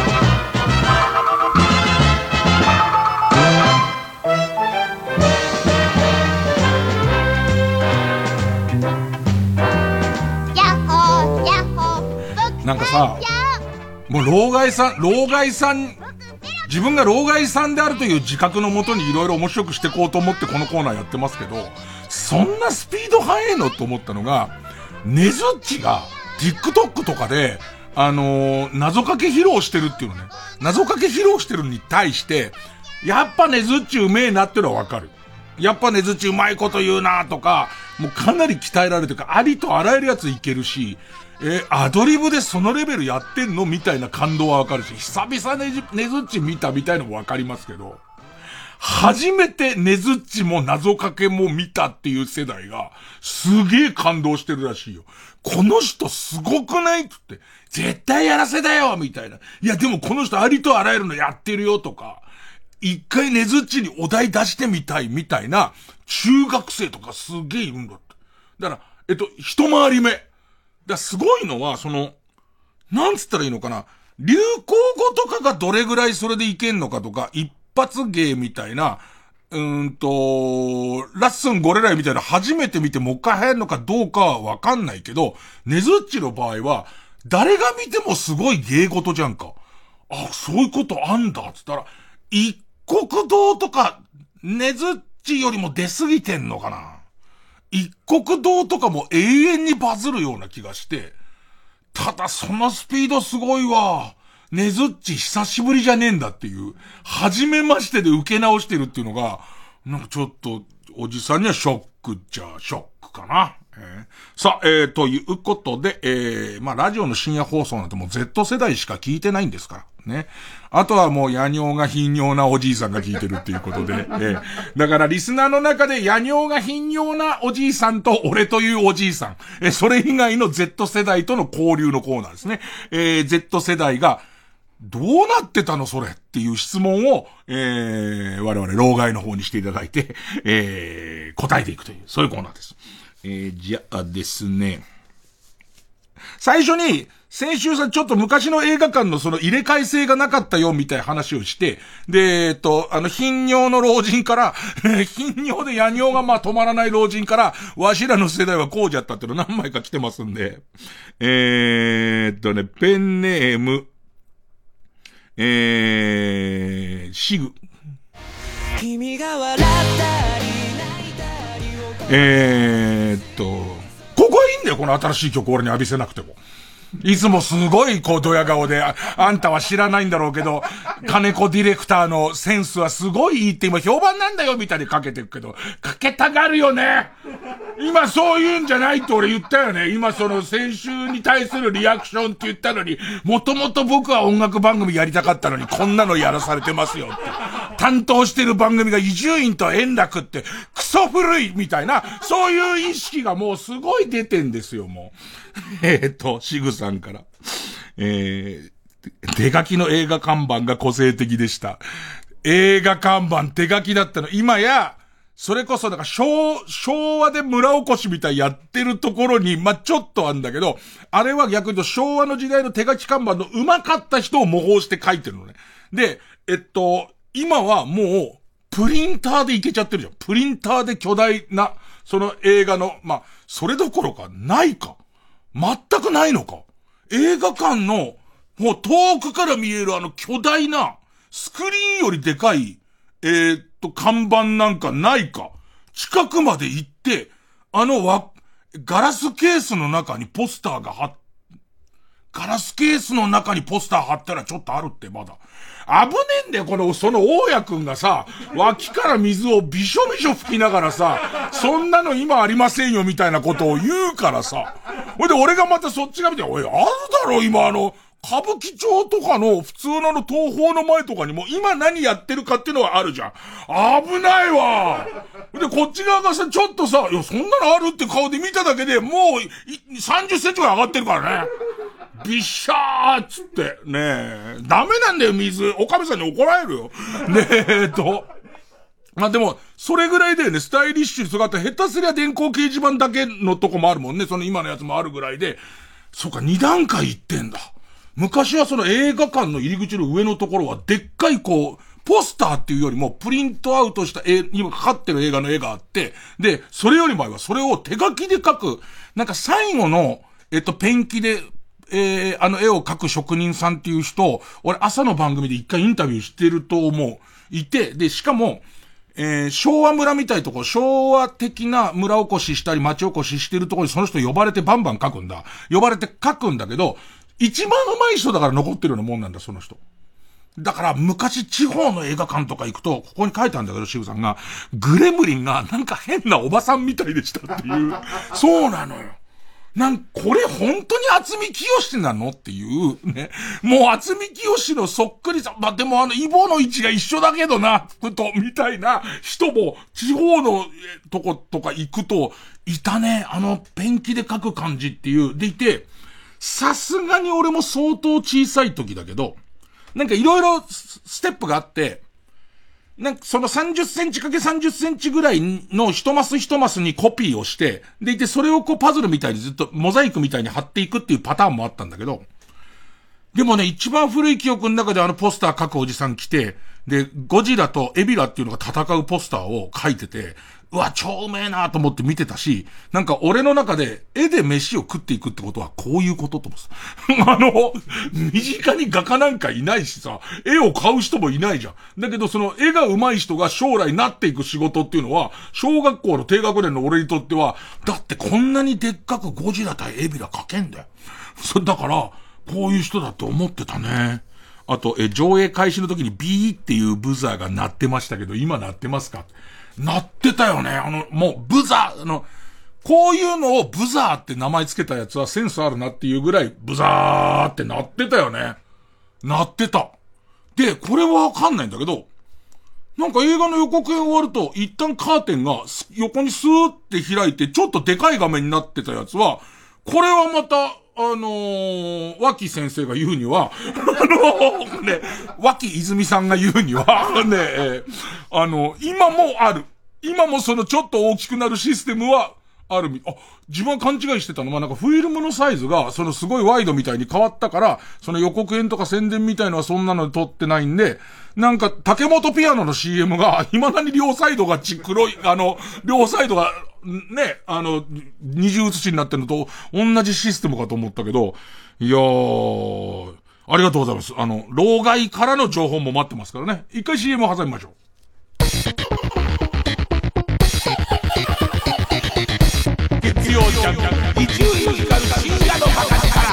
なんかさ、もう老害さん、自分が老害さんであるという自覚のもとにいろいろ面白くしていこうと思ってこのコーナーやってますけど、そんなスピード速いのと思ったのが、ねずっちが TikTok とかで、謎かけ披露してるっていうのね。謎かけ披露してるに対して、やっぱねずっちうめえなってのはわかる。やっぱねずっちうまいこと言うなとか、もうかなり鍛えられてるから、ありとあらゆるやついけるし、アドリブでそのレベルやってんのみたいな感動はわかるし、久々ねずっち見たみたいのもわかりますけど、初めてねずっちも謎かけも見たっていう世代が、すげえ感動してるらしいよ。この人すごくないって言って、絶対やらせだよみたいな。いやでもこの人ありとあらゆるのやってるよとか、一回ねずっちにお題出してみたいみたいな中学生とかすげえいるんだって。だから、一回り目。すごいのは、なんつったらいいのかな。流行語とかがどれぐらいそれでいけんのかとか、一発芸みたいな、ラッスンゴレライみたいな初めて見てもう一回流行るのかどうかはわかんないけど、ねずっちの場合は、誰が見てもすごい芸事じゃんか。そういうことあんだっつったら、一国道とか、ねずっちよりも出すぎてんのかな。一国道とかも永遠にバズるような気がして、ただそのスピードすごいわ。ねずっち久しぶりじゃねえんだっていう、初めましてで受け直してるっていうのが、なんかちょっと、おじさんにはショックじゃショックかな。さあ、ということで、ラジオの深夜放送なんてもう Z 世代しか聞いてないんですからね。あとはもう野尿が頻尿なおじいさんが聞いてるっていうことで、だからリスナーの中で野尿が頻尿なおじいさんと俺というおじいさん、それ以外の Z 世代との交流のコーナーですね。Z 世代がどうなってたのそれっていう質問を、我々老害の方にしていただいて、答えていくという、そういうコーナーです。 じゃあですね。最初に、先週さ、ちょっと昔の映画館のその入れ替え制がなかったよみたいな話をして、で、頻尿の老人から、頻尿で夜尿が止まらない老人から、わしらの世代はこうじゃったっていうの何枚か来てますんで、ペンネーム、シグ。君が笑ったりここはいいんだよ、この新しい曲俺に浴びせなくても。いつもすごいドヤ顔で、あんたは知らないんだろうけど、金子ディレクターのセンスはすごいいいって今評判なんだよみたいにかけてるけど、かけたがるよね。今そういうんじゃないって俺言ったよね。今その先週に対するリアクションって言ったのに、もともと僕は音楽番組やりたかったのにこんなのやらされてますよって。担当してる番組が伊集院と円楽ってクソ古いみたいな、そういう意識がもうすごい出てんですよ、もう。シグさんから。手書きの映画看板が個性的でした。映画看板手書きだったの。今や、それこそ昭和で村おこしみたいやってるところに、ちょっとあんだけど、あれは逆に言うと昭和の時代の手書き看板の上手かった人を模倣して書いてるのね。で、今はもう、プリンターでいけちゃってるじゃん。プリンターで巨大な、その映画の、それどころかないか。全くないのか。映画館の、もう遠くから見える巨大な、スクリーンよりでかい、看板なんかないか。近くまで行って、ガラスケースの中にポスターがガラスケースの中にポスター貼ったらちょっとあるってまだ。危ねえんだよ、その大家くんがさ、脇から水をびしょびしょ吹きながらさ、そんなの今ありませんよみたいなことを言うからさ。ほいで俺がまたそっちが見て、おい、あるだろ今歌舞伎町とかの普通の東宝の前とかにも今何やってるかっていうのはあるじゃん。危ないわ。で、こっち側がさ、ちょっとさ、いや、そんなのあるって顔で見ただけでもう30センチぐらい上がってるからね。ビッシャーっつって。ねえ。ダメなんだよ、水。おかみさんに怒られるよ。ねでも、それぐらいだよね。スタイリッシュに姿、下手すりゃ電光掲示板だけのとこもあるもんね。その今のやつもあるぐらいで。そうか、2段階行ってんだ。昔はその映画館の入り口の上のところは、でっかいポスターっていうよりも、プリントアウトした今かかってる映画の絵があって、で、それより前はそれを手書きで描く、最後の、ペンキで、絵を描く職人さんっていう人、俺朝の番組で一回インタビューしてるといて、で、しかも、昭和村みたいとこ、昭和的な村おこししたり町おこししてるところにその人呼ばれてバンバン書くんだ。呼ばれて書くんだけど、一番上手い人だから残ってるようなもんなんだ、その人。だから昔地方の映画館とか行くと、ここに書いてあるんだけど、シグさんが、グレムリンが変なおばさんみたいでしたっていう。そうなのよ。これ本当に渥美清なのっていうね。もう渥美清のそっくりさ、でもイボの位置が一緒だけどな、みたいな人も地方のとことか行くと、いたね。ペンキで書く感じっていう。でいて、さすがに俺も相当小さい時だけど、いろいろステップがあって、その30センチ×30センチぐらいの一マス一マスにコピーをして、でいてそれをパズルみたいにずっとモザイクみたいに貼っていくっていうパターンもあったんだけど、でもね、一番古い記憶の中でポスター書くおじさん来て、で、ゴジラとエビラっていうのが戦うポスターを書いてて、うわ、超うめえなと思って見てたし、俺の中で絵で飯を食っていくってことはこういうことと思う。身近に画家なんかいないしさ、絵を買う人もいないじゃん。だけどその絵が上手い人が将来なっていく仕事っていうのは、小学校の低学年の俺にとっては、だってこんなにでっかくゴジラ対エビラ描けんだよ。だから、こういう人だって思ってたね。あと、上映開始の時にビーっていうブザーが鳴ってましたけど、今鳴ってますか？鳴ってたよね。もう、ブザー、こういうのをブザーって名前つけたやつはセンスあるなっていうぐらい、ブザーって鳴ってたよね。鳴ってた。で、これはわかんないんだけど、映画の予告編終わると、一旦カーテンが横にスーって開いて、ちょっとでかい画面になってたやつは、これはまた、脇先生が言うには、脇泉さんが言うには、今もある。今もそのちょっと大きくなるシステムは、 ある自分は勘違いしてたのは、なんかフィルムのサイズが、そのすごいワイドみたいに変わったから、その予告編とか宣伝みたいのはそんなので撮ってないんで、なんか竹本ピアノの CM が、未だに両サイドが黒い、両サイドが、ね、二重写しになってるのと同じシステムかと思ったけど、いやー、ありがとうございます。老害からの情報も待ってますからね。一回 CM を挟みましょう。月曜ジャンク、伊集院光る深夜のバカ力。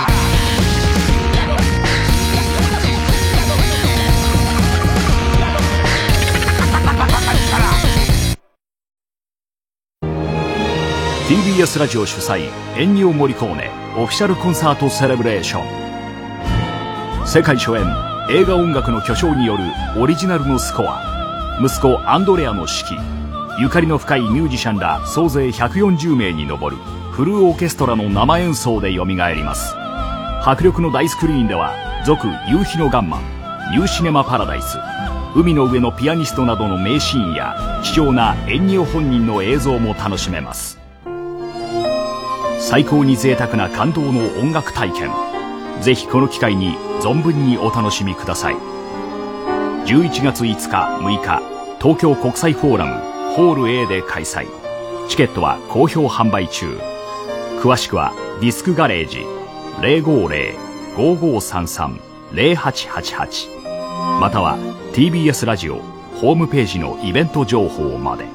TBS ラジオ主催エンニオ・モリコーネオフィシャルコンサートセレブレーション。世界初演映画音楽の巨匠によるオリジナルのスコア、息子アンドレアの指揮、ゆかりの深いミュージシャンら総勢140名に上るフルオーケストラの生演奏で蘇ります。迫力の大スクリーンでは続夕日のガンマン、ニューシネマパラダイス、海の上のピアニストなどの名シーンや貴重なエンニオ本人の映像も楽しめます。最高に贅沢な感動の音楽体験、ぜひこの機会に存分にお楽しみください。11月5日6日東京国際フォーラムホール A で開催。チケットは好評販売中。詳しくはディスクガレージ 050-5533-0888 または TBS ラジオホームページのイベント情報まで。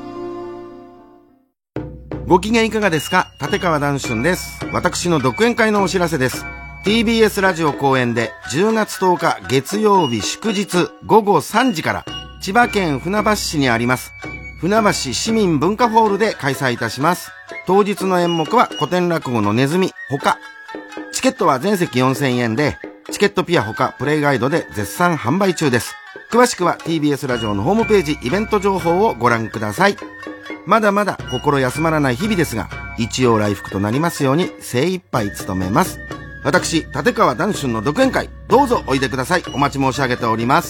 ご機嫌いかがですか？立川談春です。私の独演会のお知らせです。TBS ラジオ公演で10月10日月曜日祝日午後3時から千葉県船橋市にあります船橋市民文化ホールで開催いたします。当日の演目は古典落語のネズミ他。チケットは全席4000円で、チケットピア他プレイガイドで絶賛販売中です。詳しくは TBS ラジオのホームページイベント情報をご覧ください。まだまだ心休まらない日々ですが、一応来福となりますように精一杯努めます。私、立川談春の独演会、どうぞおいでください。お待ち申し上げております。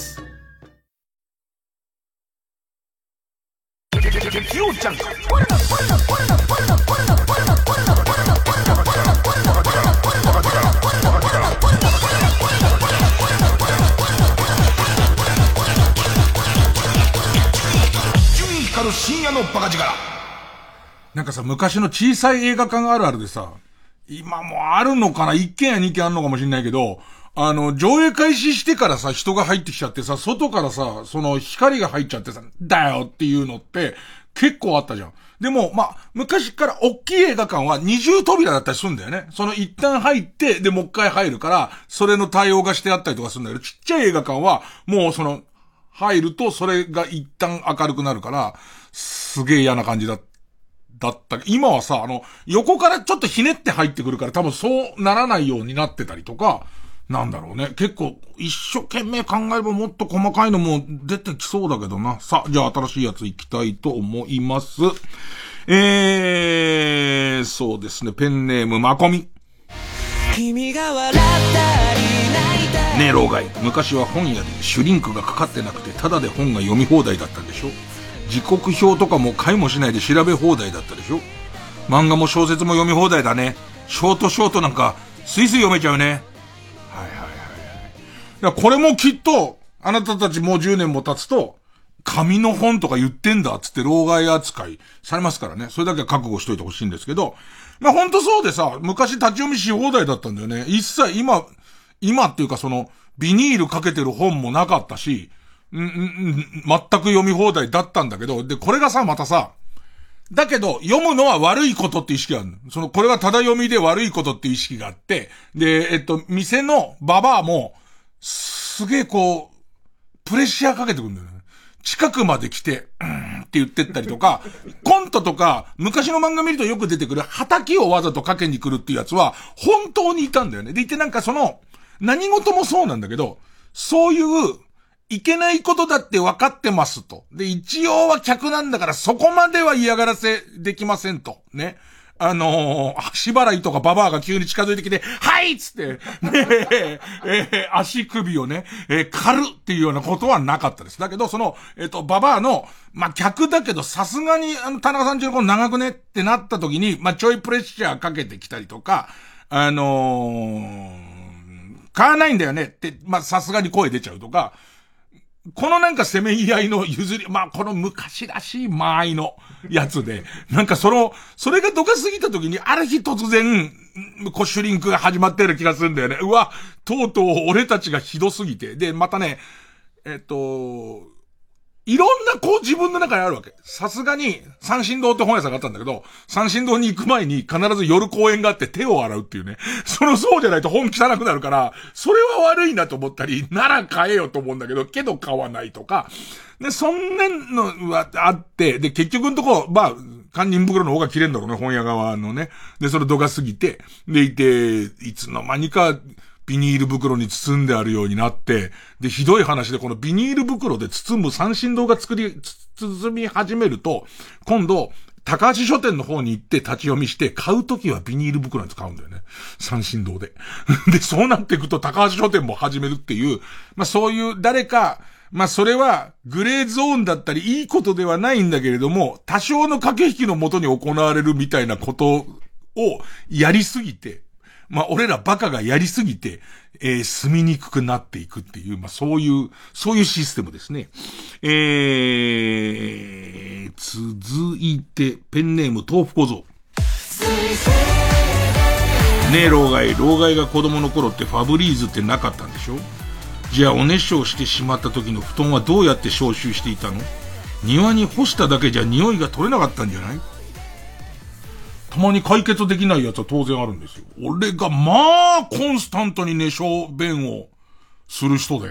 深夜のバカ力。なんかさ、昔の小さい映画館あるあるでさ、今もあるのかな、1軒や2軒あるのかもしれないけど、上映開始してからさ、人が入ってきちゃってさ、外からさ、その光が入っちゃってさ、だよっていうのって結構あったじゃん。でも、昔から大きい映画館は二重扉だったりするんだよね。その一旦入って、で、もう一回入るから、それの対応がしてあったりとかするんだけど、ちっちゃい映画館は、もうその、入るとそれが一旦明るくなるから、すげえ嫌な感じだった。今はさ、横からちょっとひねって入ってくるから多分そうならないようになってたりとか、なんだろうね。結構一生懸命考えればもっと細かいのも出てきそうだけどな。さあ、じゃあ新しいやついきたいと思います。そうですね。ペンネームまこみ。君が笑ったり泣いたり。ねえ老害、昔は本屋でシュリンクがかかってなくてタダで本が読み放題だったんでしょ。時刻表とかも買いもしないで調べ放題だったでしょ。漫画も小説も読み放題だね。ショートなんかスイスイ読めちゃうね。はい。だからこれもきっとあなたたちもう10年も経つと紙の本とか言ってんだっつって老害扱いされますからね。それだけは覚悟しといてほしいんですけど、ほんとそうでさ、昔立ち読みし放題だったんだよね。一切今っていうかそのビニールかけてる本もなかったし、全く読み放題だったんだけど、で、これがさ、またさ、だけど、読むのは悪いことって意識があるの。これはただ読みで悪いことって意識があって、で、店のババアも、すげえこう、プレッシャーかけてくるんだよね。近くまで来て、って言ってったりとか、コントとか、昔の漫画見るとよく出てくる、畑をわざとかけに来るっていうやつは、本当にいたんだよね。でいてなんか何事もそうなんだけど、そういう、いけないことだって分かってますと。で、一応は客なんだからそこまでは嫌がらせできませんと。ね。 足払いとかババアが急に近づいてきて、はいっつって、ね足首をね、狩るっていうようなことはなかったです。だけど、ババアの、客だけど、さすがに、田中さんちの子長くねってなった時に、ちょいプレッシャーかけてきたりとか、買わないんだよねって、さすがに声出ちゃうとか、このなんかせめぎ合いの譲り、この昔らしい間合いのやつで、なんかそれがどかすぎた時に、ある日突然、シュリンクが始まってる気がするんだよね。うわ、とうとう俺たちがひどすぎて。で、またね、いろんな自分の中にあるわけ。さすがに、三神堂って本屋さんがあったんだけど、三神堂に行く前に必ず夜公演があって手を洗うっていうね。そうじゃないと本汚くなるから、それは悪いなと思ったり、なら買えよと思うんだけど、けど買わないとか。で、そんなのはあって、で、結局のとこ、堪忍袋の方が切れんだろうね、本屋側のね。で、それ度が過ぎて、でいて、いつの間にか、ビニール袋に包んであるようになって、で、ひどい話でこのビニール袋で包む三神堂が包み始めると、今度、高橋書店の方に行って立ち読みして、買うときはビニール袋に使うんだよね。三神堂で。で、そうなっていくと高橋書店も始めるっていう、そういう誰か、それはグレーゾーンだったりいいことではないんだけれども、多少の駆け引きのもとに行われるみたいなことをやりすぎて、俺らバカがやりすぎて、住みにくくなっていくっていう、そういうシステムですね。続いて、ペンネーム豆腐小僧。ねえ、老害が子供の頃ってファブリーズってなかったんでしょ？じゃあおねしょしてしまった時の布団はどうやって消臭していたの？庭に干しただけじゃ匂いが取れなかったんじゃない？たまに解決できないやつは当然あるんですよ。俺がコンスタントに寝小便をする人で、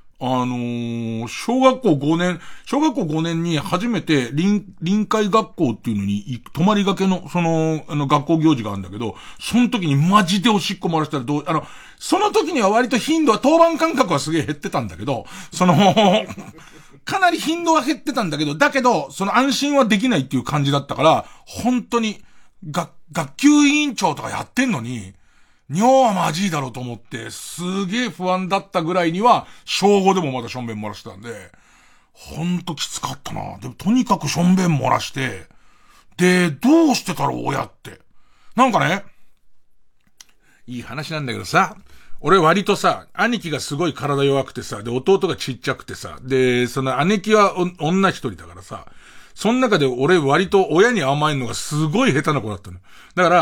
小学校5年に初めて臨海学校っていうのに泊まりがけの学校行事があるんだけど、その時にマジでおしっこ漏らしたらその時には割と頻度は当番間隔はすげえ減ってたんだけど、かなり頻度は減ってたんだけど、安心はできないっていう感じだったから、本当に、学級委員長とかやってんのに、尿はまじいだろうと思って、すげえ不安だったぐらいには、小5でもまだしょんべん漏らしてたんで、ほんときつかったな。でもとにかくしょんべん漏らして、で、どうしてたろう親って。なんかね、いい話なんだけどさ、俺割とさ、兄貴がすごい体弱くてさ、で、弟がちっちゃくてさ、で、姉貴は女一人だからさ、その中で俺割と親に甘えるのがすごい下手な子だったの。だから、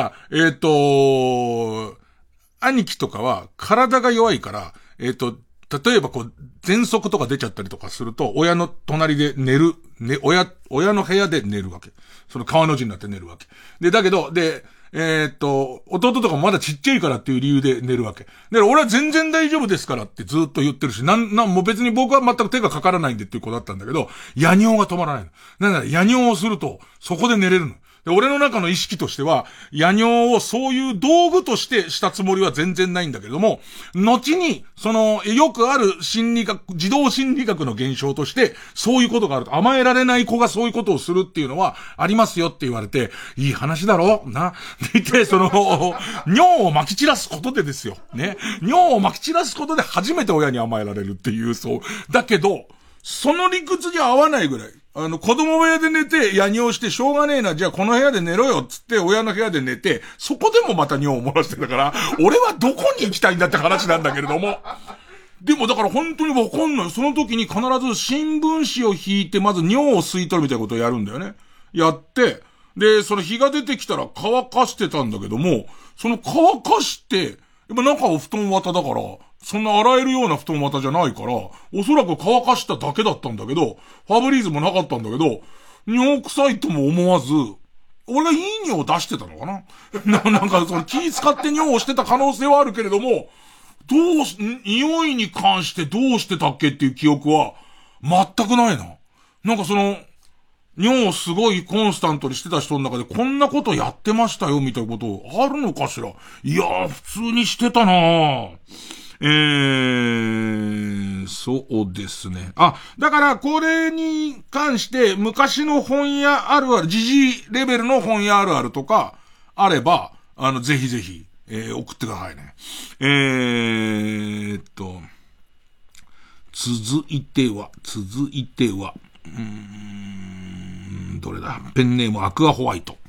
兄貴とかは体が弱いから、例えば喘息とか出ちゃったりとかすると、親の隣で寝る、親の部屋で寝るわけ。川の字になって寝るわけ。で、だけど、弟とかもまだちっちゃいからっていう理由で寝るわけ。だから俺は全然大丈夫ですからってずっと言ってるし、もう別に僕は全く手がかからないんでっていう子だったんだけど、夜尿が止まらないの。なんだ、夜尿をすると、そこで寝れるの。で、俺の中の意識としては、夜尿をそういう道具としてしたつもりは全然ないんだけれども、後に、よくある児童心理学の現象として、そういうことがあると。甘えられない子がそういうことをするっていうのは、ありますよって言われて、いい話だろな。でいて、尿を撒き散らすことでですよ。ね。尿を撒き散らすことで初めて親に甘えられるっていう、そう。だけど、その理屈に合わないぐらい。子供部屋で寝て、夜尿してしょうがねえな、じゃあこの部屋で寝ろよ、つって親の部屋で寝て、そこでもまた尿を漏らしてたから、俺はどこに行きたいんだって話なんだけれども。でもだから本当にわかんない。その時に必ず新聞紙を引いて、まず尿を吸い取るみたいなことをやるんだよね。やって、で、日が出てきたら乾かしてたんだけども、乾かして、やっぱ中は布団綿だから、そんな洗えるような布団綿じゃないから、おそらく乾かしただけだったんだけど、ファブリーズもなかったんだけど、尿臭いとも思わず、俺がいい尿を出してたのかななんか気使って尿をしてた可能性はあるけれども、匂いに関してどうしてたっけっていう記憶は、全くないな。なんか尿をすごいコンスタントにしてた人の中でこんなことやってましたよみたいなことあるのかしら。いやー、普通にしてたなぁ。そうですね。だからこれに関して昔の本屋あるある、時事レベルの本屋あるあるとか、 あれば、ぜひぜひ、送ってくださいね。続いては、どれだ？ペンネームアクアホワイト。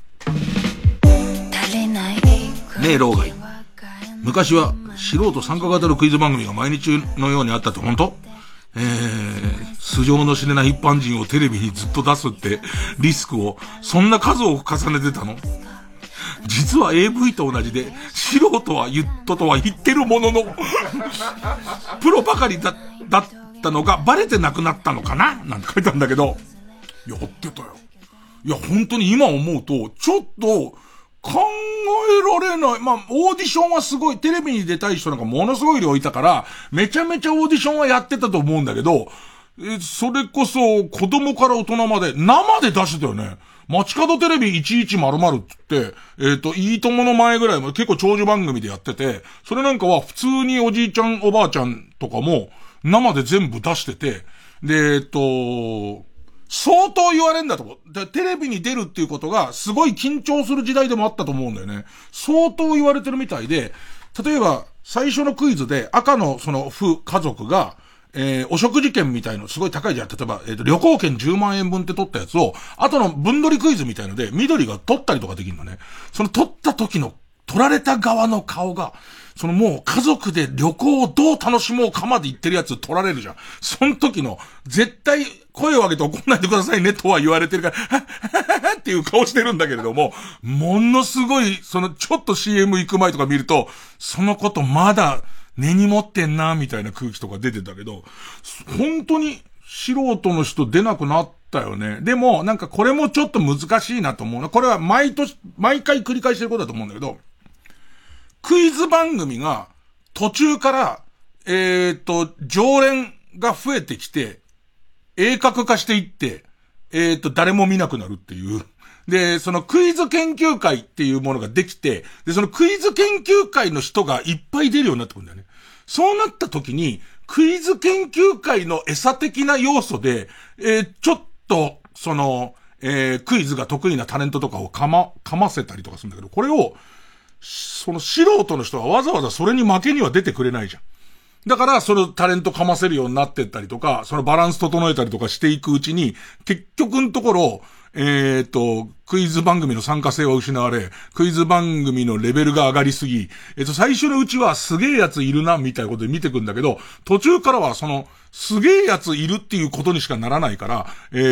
ねえ、老害。昔は素人参加型のクイズ番組が毎日のようにあったって本当？素性の知れない一般人をテレビにずっと出すってリスクをそんな数を重ねてたの？実は AV と同じで素人とは言ってるもののプロばかりだったのがバレてなくなったのかななんて書いたんだけど、やってたよ。いや本当に今思うとちょっと考えられない。まあ、オーディションはすごい、テレビに出たい人なんかものすごい量いたから、めちゃめちゃオーディションはやってたと思うんだけど、それこそ子供から大人まで生で出してたよね。街角テレビ1100って言って、いいともの前ぐらいも結構長寿番組でやってて、それなんかは普通におじいちゃんおばあちゃんとかも生で全部出してて、で、相当言われんだと思う。テレビに出るっていうことがすごい緊張する時代でもあったと思うんだよね。相当言われてるみたいで、例えば最初のクイズで赤のその家族が、お食事券みたいのすごい高いじゃん。例えば、旅行券10万円分って取ったやつを、後の分取りクイズみたいので緑が取ったりとかできるのね。その取った時の取られた側の顔が、そのもう家族で旅行をどう楽しもうかまで言ってるやつ取られるじゃん。その時の絶対声を上げて怒んないでくださいねとは言われてるから、っていう顔してるんだけれども、ものすごい、そのちょっと CM 行く前とか見ると、そのことまだ根に持ってんな、みたいな空気とか出てたけど、本当に素人の人出なくなったよね。でも、なんかこれもちょっと難しいなと思うな。これは毎回繰り返してることだと思うんだけど、クイズ番組が途中から、常連が増えてきて、鋭角化していって、誰も見なくなるっていう。で、そのクイズ研究会っていうものができて、で、そのクイズ研究会の人がいっぱい出るようになってくるんだよね。そうなった時に、クイズ研究会の餌的な要素で、ちょっと、その、クイズが得意なタレントとかをかませたりとかするんだけど、これを、その素人の人はわざわざそれに負けには出てくれないじゃん。だから、そのタレントかませるようになってったりとか、そのバランス整えたりとかしていくうちに、結局のところ、クイズ番組の参加性は失われ、クイズ番組のレベルが上がりすぎ、最初のうちはすげえやついるな、みたいなことで見てくんだけど、途中からはその、すげえやついるっていうことにしかならないから、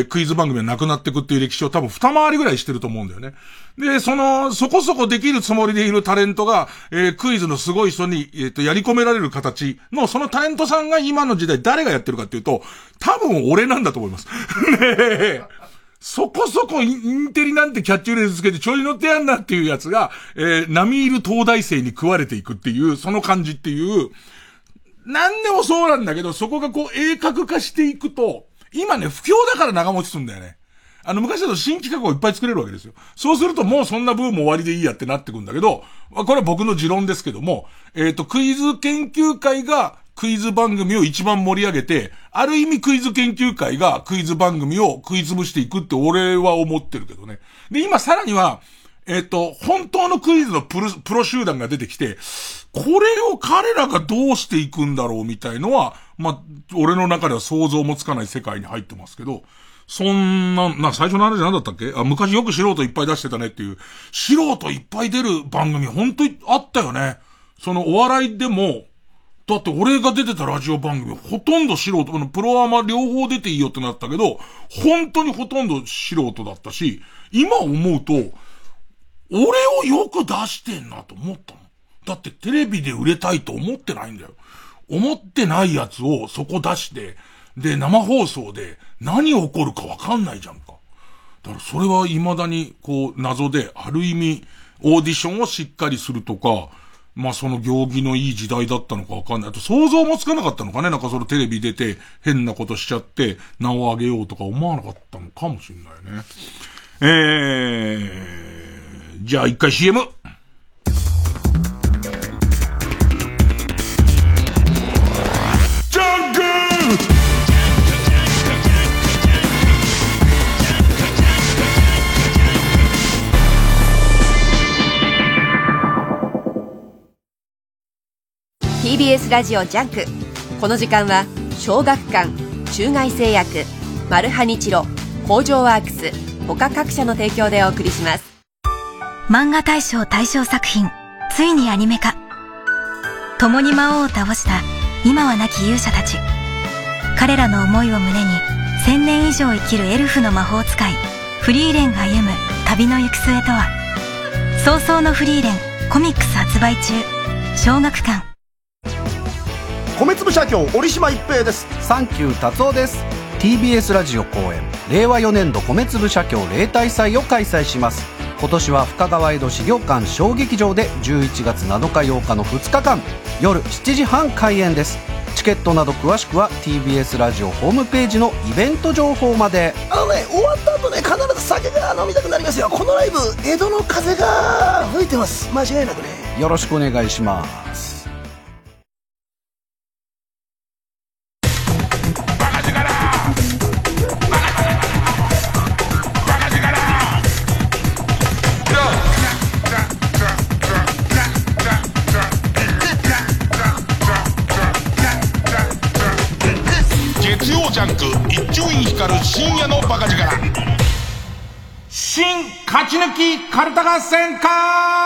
クイズ番組はなくなってくっていう歴史を多分二回りぐらいしてると思うんだよね。で、そこそこできるつもりでいるタレントが、クイズのすごい人に、やり込められる形の、そのタレントさんが今の時代誰がやってるかっていうと、多分俺なんだと思います。ねそこそこインテリなんてキャッチフレーズつけてちょい乗ってやんなっていうやつが、並みいる東大生に食われていくっていう、その感じっていう、なんでもそうなんだけど、そこがこう鋭角化していくと、今ね、不況だから長持ちするんだよね。昔だと新企画をいっぱい作れるわけですよ。そうするともうそんなブーム終わりでいいやってなってくんだけど、これは僕の持論ですけども、クイズ研究会がクイズ番組を一番盛り上げて、ある意味クイズ研究会がクイズ番組を食い潰していくって俺は思ってるけどね。で、今さらには、本当のクイズのプロ集団が出てきて、これを彼らがどうしていくんだろうみたいのは、俺の中では想像もつかない世界に入ってますけど、そんな、最初の話何だったっけ？昔よく素人いっぱい出してたねっていう、素人いっぱい出る番組本当にあったよね。そのお笑いでも、だって俺が出てたラジオ番組ほとんど素人、プロアマ両方出ていいよってなったけど、本当にほとんど素人だったし、今思うと、俺をよく出してんなと思ったの。だってテレビで売れたいと思ってないんだよ。思ってないやつをそこ出して、で、生放送で何起こるかわかんないじゃんか。だからそれは未だにこう謎で、ある意味オーディションをしっかりするとか、その行儀のいい時代だったのかわかんない。あと想像もつかなかったのかね。なんかそのテレビ出て変なことしちゃって名を上げようとか思わなかったのかもしれないね。じゃあ一回 CM。 TBS ラジオジャンク。この時間は小学館、中外製薬、マルハニチロ、工場ワークス他各社の提供でお送りします。 漫画大賞大賞作品ついにアニメ化。共に魔王を倒した今は亡き勇者たち、彼らの思いを胸に1000年以上生きるエルフの魔法使いフリーレンが歩む旅の行く末とは。早々のフリーレンコミックス発売中。小学館。 米粒社協折島一平です。 サンキュー達夫です。 TBS ラジオ公演令和4年度米粒社協例大祭を開催します。今年は深川江戸資料館小劇場で11月7日8日の2日間夜7時半開演です。チケットなど詳しくは TBS ラジオホームページのイベント情報まで。 終わった後ね、必ず酒が飲みたくなりますよ。このライブ江戸の風が吹いてます。間違いなくね。 よろしくお願いします。 月曜ジャンク一丁院光る深夜のバカ力。新勝ち抜きカルタ合戦会。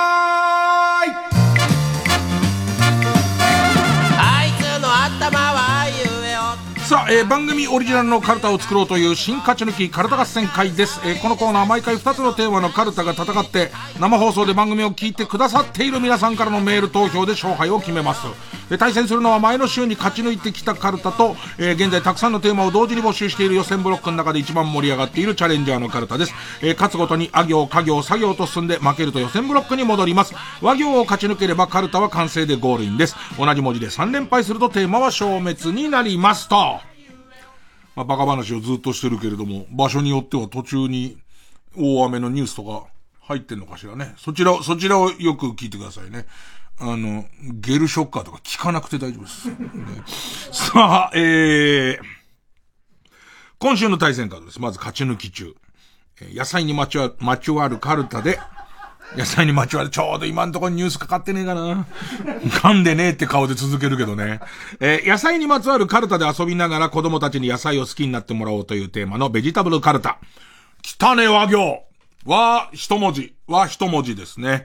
あいつの頭は言えよ。 さあ、番組オリジナルのカルタを作ろうという新勝ち抜きカルタ合戦会です。このコーナー毎回2つのテーマのカルタが戦って生放送で番組を聞いてくださっている皆さんからのメール投票で勝敗を決めます。対戦するのは前の週に勝ち抜いてきたカルタと、現在たくさんのテーマを同時に募集している予選ブロックの中で一番盛り上がっているチャレンジャーのカルタです。勝つごとにあ行、家行、作業と進んで負けると予選ブロックに戻ります。和行を勝ち抜ければカルタは完成でゴールインです。同じ文字で3連敗するとテーマは消滅になりますと。バカ話をずっとしてるけれども、場所によっては途中に大雨のニュースとか入ってんのかしらね。そちらをよく聞いてくださいね。ゲルショッカーとか聞かなくて大丈夫です。ね、さあ、今週の対戦カードです。まず勝ち抜き中。野菜にまつわるカルタで、野菜にまつわる、ちょうど今のところニュースかかってねえかな。噛んでねえって顔で続けるけどね。野菜にまつわるカルタで遊びながら子供たちに野菜を好きになってもらおうというテーマのベジタブルカルタ。汚ね和行。一文字ですね。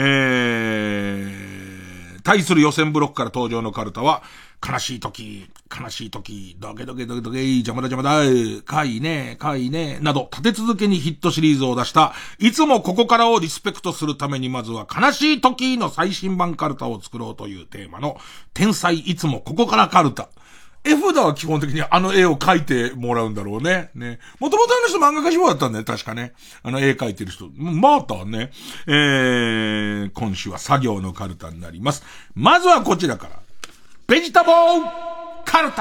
対する予選ブロックから登場のカルタは、悲しい時、ドケドケ、邪魔だ、かいね、など、立て続けにヒットシリーズを出した、いつもここからをリスペクトするためにまずは悲しい時の最新版カルタを作ろうというテーマの、天才いつもここからカルタ。絵札は基本的にあの絵を描いてもらうんだろうね。ね。もともとあの人漫画家志望だったんだよ、確かね。絵描いてる人。またね。今週は作業のカルタになります。まずはこちらから。ベジタボーカルタ。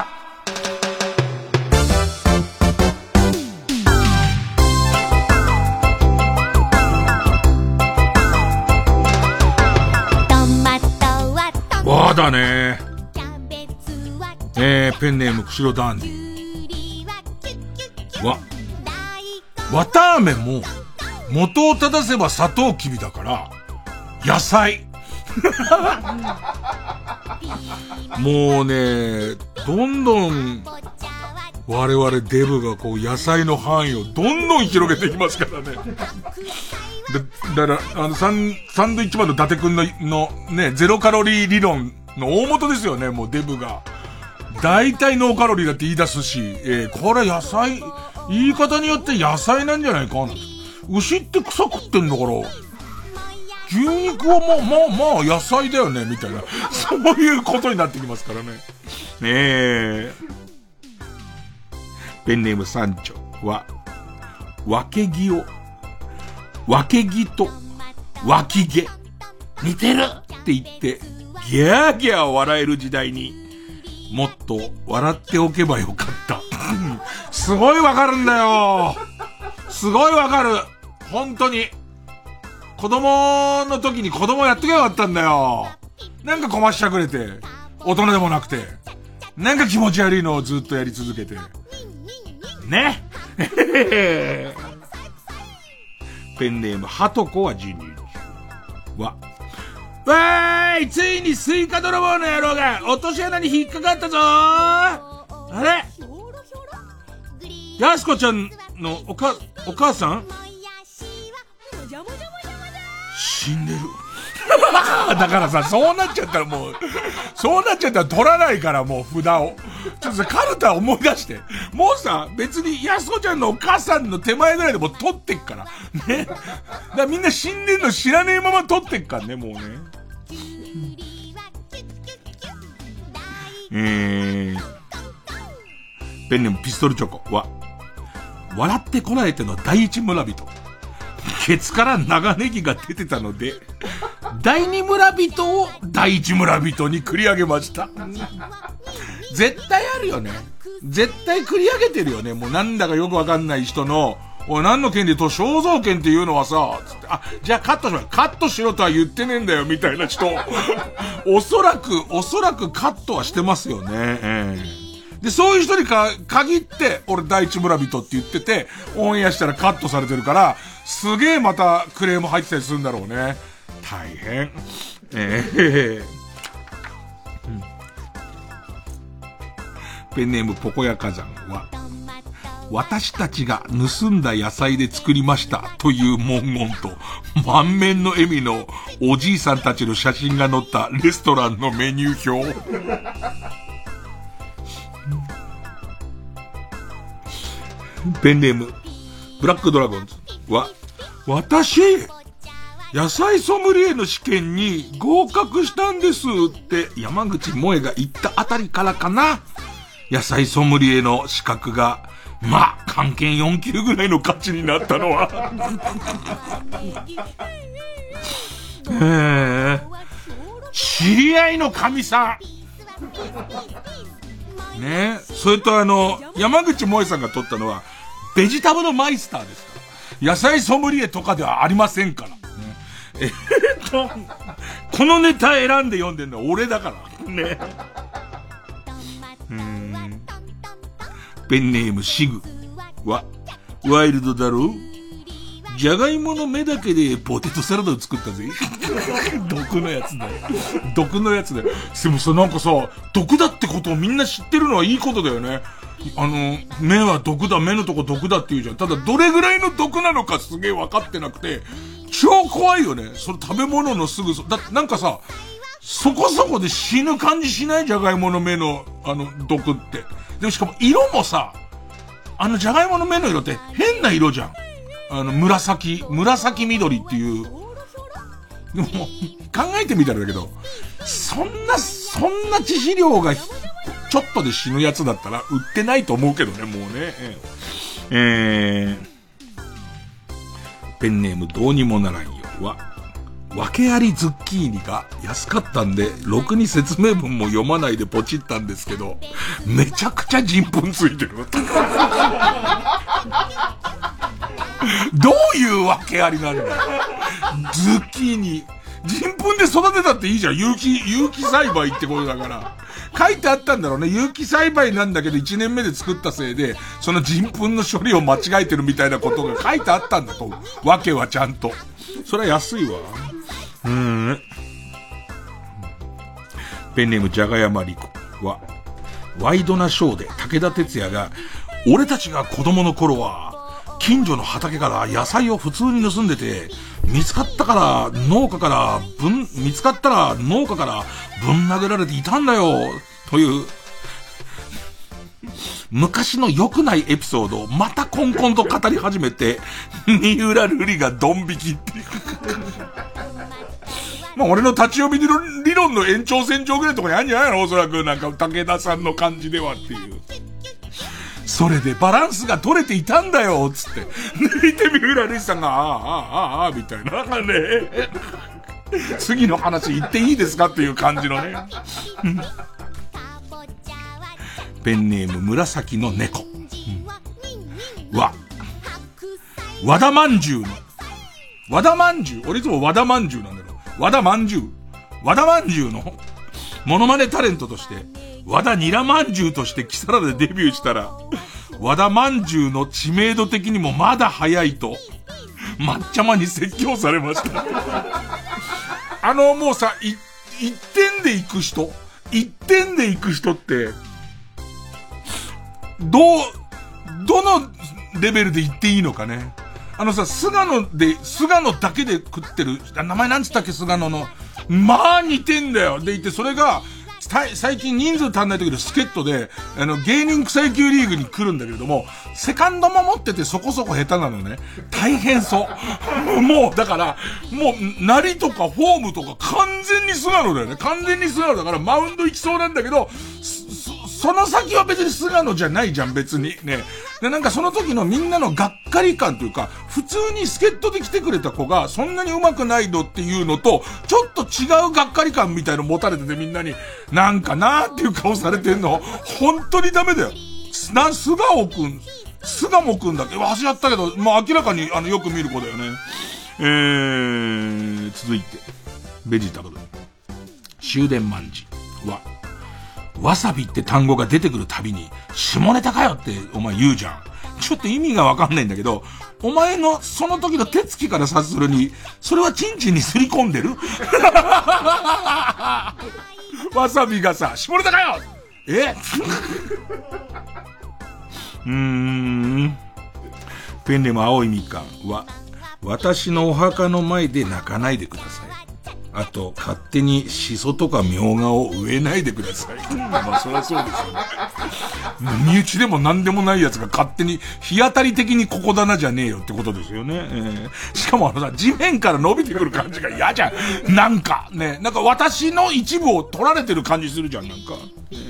わだね。ペンネームくしろダンディ。わたあめも元を正せば砂糖きびだから野菜。もうね、どんどん我々デブがこう野菜の範囲をどんどん広げていきますからね。だからサンドイッチマンの伊達くんのね、ゼロカロリー理論の大元ですよね。もうデブが大体ノーカロリーだって言い出すし、これ野菜、言い方によって野菜なんじゃないかな。牛って草食ってんだから、牛肉はまあ野菜だよね、みたいな。そういうことになってきますからね。ねえ。ペンネームサンチョは、分け木と脇毛、似てるって言って、ギャーギャー笑える時代に、もっと笑っておけばよかった。すごいわかるんだよ。すごいわかる。本当に。子供の時に子供やっとけばよかったんだよ。なんかこましゃくれて、大人でもなくて、なんか気持ち悪いのをずっとやり続けて。ね。ペンネーム、はとこはジュニは、 わーい、ついにスイカ泥棒の野郎が落とし穴に引っかかったぞー。あれ、やすこちゃんのお母さん死んでる。だからさ、そうなっちゃったら取らないから、もう札を。ちょっとさ、カルタ思い出して。もうさ、別にやすこちゃんのお母さんの手前ぐらいでもう取ってっから。ね。だからみんな死んでんの知らねえまま取ってっからね、もうね。ペンネームピストルチョコは、笑ってこらえての第一村人。ケツから長ネギが出てたので、第二村人を第一村人に繰り上げました。絶対あるよね。絶対繰り上げてるよね。もうなんだかよくわかんない人の、おい何の件でと肖像権っていうのはさ、つって、あ、じゃあカットしろとは言ってねえんだよみたいな人、おそらくカットはしてますよね。で、そういう人に限って、俺第一村人って言ってて、オンエアしたらカットされてるから、すげえまたクレーム入ってたりするんだろうね。大変。ペンネームポコヤ火山は、私たちが盗んだ野菜で作りましたという文言と、満面の笑みのおじいさんたちの写真が載ったレストランのメニュー表。ペンネームブラックドラゴンズは、私野菜ソムリエの試験に合格したんですって山口萌えが言ったあたりからかな。野菜ソムリエの資格がまあ漢検4級ぐらいの価値になったのは知り合いの神さんね。それと山口萌えさんが取ったのはベジタブルマイスターですから、野菜ソムリエとかではありませんから、ね。このネタ選んで読んでんのは俺だからね。ペンネームシグは、ワイルドだろう？じゃがいもの芽だけでポテトサラダを作ったぜ。毒のやつだよ。毒のやつだよ。でもさ、なんかさ、毒だってことをみんな知ってるのはいいことだよね。芽は毒だ、芽のとこ毒だって言うじゃん。ただ、どれぐらいの毒なのかすげえ分かってなくて、超怖いよね。その食べ物のすぐだってなんかさ、そこそこで死ぬ感じしない？じゃがいもの芽の、毒って。でもしかも色もさ、じゃがいもの芽の色って変な色じゃん。紫緑っていう。でも、考えてみたらだけど、そんな致死量がちょっとで死ぬやつだったら売ってないと思うけどね、もうね。ペンネームどうにもならんよは、訳ありズッキーニが安かったんで、ろくに説明文も読まないでポチったんですけど、めちゃくちゃ人糞ついてる。どういう訳ありなんだよ。ズッキーニ。人糞で育てたっていいじゃん。有機栽培ってことだから。書いてあったんだろうね。有機栽培なんだけど1年目で作ったせいで、その人糞の処理を間違えてるみたいなことが書いてあったんだと。わけはちゃんと。それは安いわ。ペンネームじゃがやまりこは、ワイドなショーで武田鉄矢が、俺たちが子供の頃は、近所の畑から野菜を普通に盗んでて、見つかったら農家からぶん殴られていたんだよ、という、昔の良くないエピソードをまたコンコンと語り始めて、三浦瑠麗がドン引きっていう。まあ俺の立ち読み理論の延長線上ぐらいのところにあるんじゃないの？おそらくなんか武田さんの感じではっていう。それでバランスが取れていたんだよつって。抜いて三浦瑠麗さんがみたいなね。次の話言っていいですかっていう感じのね。ペンネーム紫の猫、和田まんじゅうの和田まんじゅう、俺いつも和田まんじゅうなんだけど、和田まんじゅうのモノマネタレントとして和田ニラまんじゅうとしてキサラでデビューしたら、和田まんじゅうの知名度的にもまだ早いと抹茶まに説教されました。 もうさ、一点で行く人って、どのレベルで言っていいのかね。菅野だけで食ってる、名前なんつったっけ、菅野の。まあ似てんだよ。でいて、それが、最近人数足んない時の助っ人で、芸人草野球リーグに来るんだけれども、セカンドも持っててそこそこ下手なのね。大変そう。もう、だから、もう、なりとかフォームとか完全に菅野だよね。完全に菅野だからマウンド行きそうなんだけど、その先は別に菅野じゃないじゃん、別に。ね。で、なんかその時のみんなのがっかり感というか、普通に助っ人で来てくれた子がそんなに上手くないのっていうのと、ちょっと違うがっかり感みたいの持たれててみんなに、なんかなーっていう顔されてんの、本当にダメだよ。菅野くんだっけ忘れちゃったけど、まあ明らかによく見る子だよね。続いて、ベジタブル。終電まんじは、わさびって単語が出てくるたびに、下ネタかよってお前言うじゃん。ちょっと意味がわかんないんだけど、お前のその時の手つきから察するに、それはチンチンにすり込んでるわさびがさ、下ネタかよペンネーム青いみかんは、私のお墓の前で泣かないでください。あと、勝手にシソとかミョウガを植えないでください。まあ、そりゃそうですよね。身内でも何でもないやつが勝手に、日当たり的にここだなじゃねえよってことですよね。しかもさ、地面から伸びてくる感じが嫌じゃん。なんか、ね、なんか私の一部を取られてる感じするじゃん、なんか。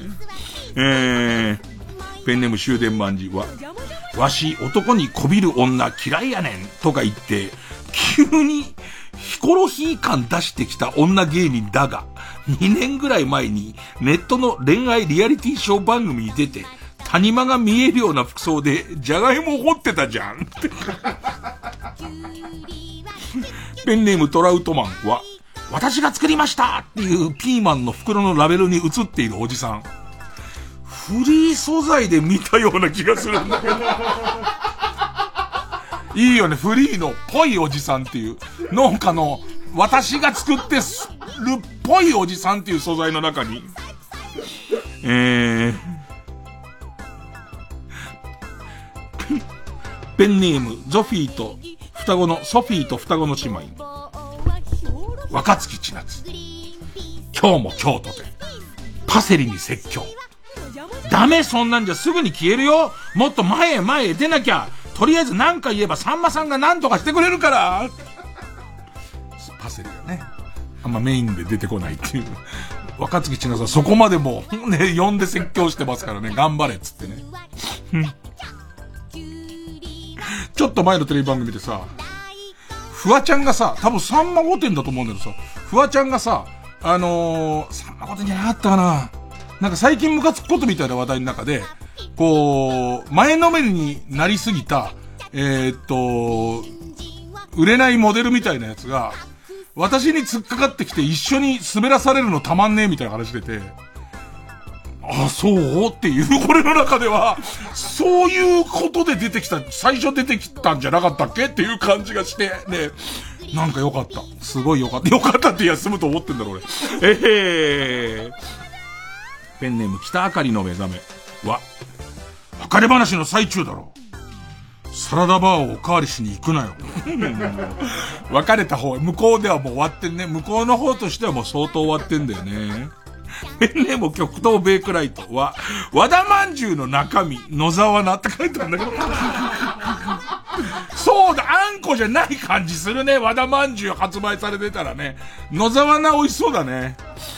ペンネーム終電まんじは、わし、男にこびる女嫌いやねん、とか言って、急に、ヒコロヒー感出してきた女芸人だが、2年ぐらい前にネットの恋愛リアリティショー番組に出て、谷間が見えるような服装で、じゃがいもを掘ってたじゃん。ペンネームトラウトマンは、私が作りましたっていうピーマンの袋のラベルに写っているおじさん。フリー素材で見たような気がするんだけど。いいよね、フリーのぽいおじさんっていう、農家の私が作ってるっぽいおじさんっていう素材の中に、ペンネームソフィーと双子の姉妹、若槻千夏、今日も京都でパセリに説教。ダメ、そんなんじゃすぐに消えるよ。もっと前へ出なきゃ。とりあえず何か言えばさんまさんが何とかしてくれるから。パセリがね、あんまメインで出てこないっていう。若槻千夏さんそこまでもね、呼んで説教してますからね、頑張れっつってね。ちょっと前のテレビ番組でさ、フワちゃんがさ、多分さんま御殿だと思うんだけどさ、フワちゃんがさ、さんま御殿じゃなかったかな。なんか最近ムカつくことみたいな話題の中で、こう、前のめりになりすぎた、売れないモデルみたいなやつが、私に突っかかってきて一緒に滑らされるのたまんねえみたいな話でて、あ、そうっていう、俺の中では、そういうことで最初出てきたんじゃなかったっけっていう感じがして、ね、なんか良かった。すごい良かった。良かったって休むと思ってんだろ、俺。ペンネーム北あかりの目覚めは、別れ話の最中だろ。サラダバーをおかわりしに行くなよ。別れた方、向こうではもう終わってんね。向こうの方としてはもう相当終わってんだよね。ペンネーム極東ベイクライトは、和田まんじゅうの中身、野沢菜って書いてあるんだけど。そうだ、あんこじゃない感じするね。和田まんじゅう発売されてたらね。野沢菜美味しそうだね。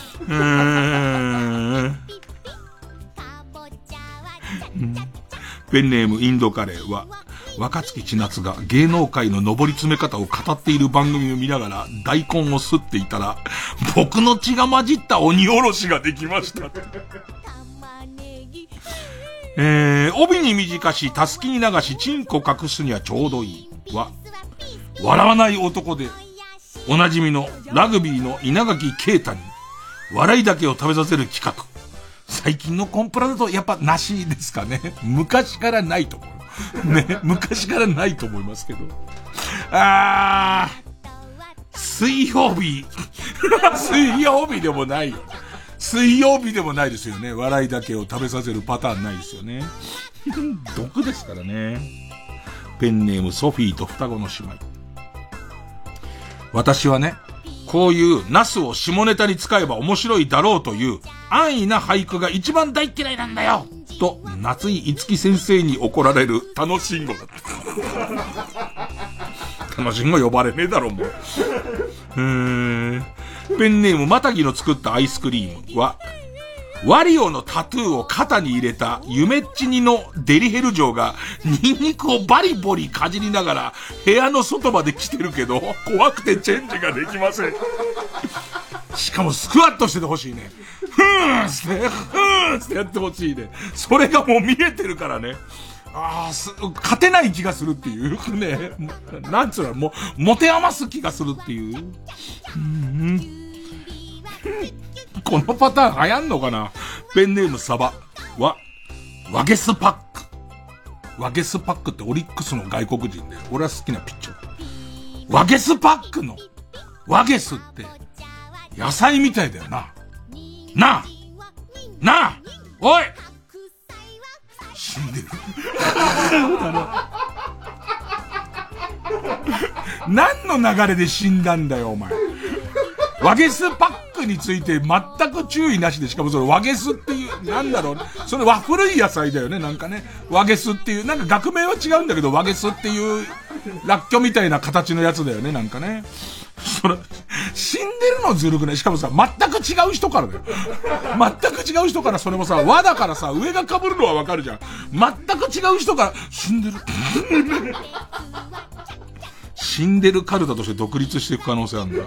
ペンネームインドカレーは、若槻千夏が芸能界の上り詰め方を語っている番組を見ながら大根をすっていたら、僕の血が混じった鬼おろしができました。帯に短し、たすきに流し、チンコ隠すにはちょうどいいは、笑わない男で、おなじみのラグビーの稲垣啓太に、笑いだけを食べさせる企画。最近のコンプラだとやっぱなしですかね。昔からないと思う。ね、昔からないと思いますけど。水曜日、 水曜日でもないよ。水曜日でもないですよね。笑いだけを食べさせるパターンないですよね。毒ですからね。ペンネームソフィーと双子の姉妹。私はね、こういうナスを下ネタに使えば面白いだろうという安易な俳句が一番大嫌いなんだよと夏井いつき先生に怒られる楽しんごだった。楽しんご呼ばれねえだろもう。ペンネームまたぎの作ったアイスクリームはワリオのタトゥーを肩に入れたゆめっちにのデリヘル嬢がニンニクをバリボリかじりながら部屋の外まで来てるけど怖くてチェンジができません。しかもスクワットしててほしいね。ふーんってやってほしいね。それがもう見えてるからね。勝てない気がするっていうね。なんつうの、もう持て余す気がするっていう。このパターン流行んのかな。ペンネームサバはワゲスパック。ワゲスパックってオリックスの外国人で俺は好きなピッチャー。ワゲスパックのワゲスって野菜みたいだよな。なあおい死んでる。何の流れで死んだんだよお前。ワゲスパックについて全く注意なしで、しかもそれワゲスっていう、なんだろうね。それは古い野菜だよね、なんかね。ワゲスっていう、なんか学名は違うんだけど、ワゲスっていう、ラッキョみたいな形のやつだよね、なんかね。それ、死んでるのずるくない？しかもさ、全く違う人からだよ。全く違う人から、それもさ、和だからさ、上が被るのはわかるじゃん。全く違う人から、死んでる。死んでるカルタとして独立していく可能性あるんだ。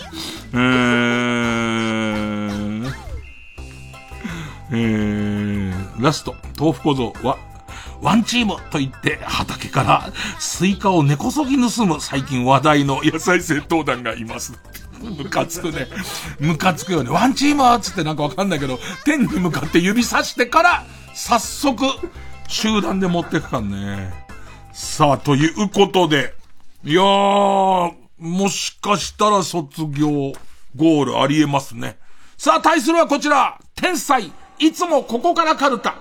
ラスト、豆腐小僧は、ワンチームと言って畑からスイカを根こそぎ盗む最近話題の野菜窃盗団がいます。ムカつくね。ムカつくよね。ワンチームつってなんかわかんないけど、天に向かって指さしてから、早速、集団で持ってくからね。さあ、ということで、いやー、もしかしたら卒業ゴールありえますね。さあ、対するはこちら。天才、いつもここからカルタ。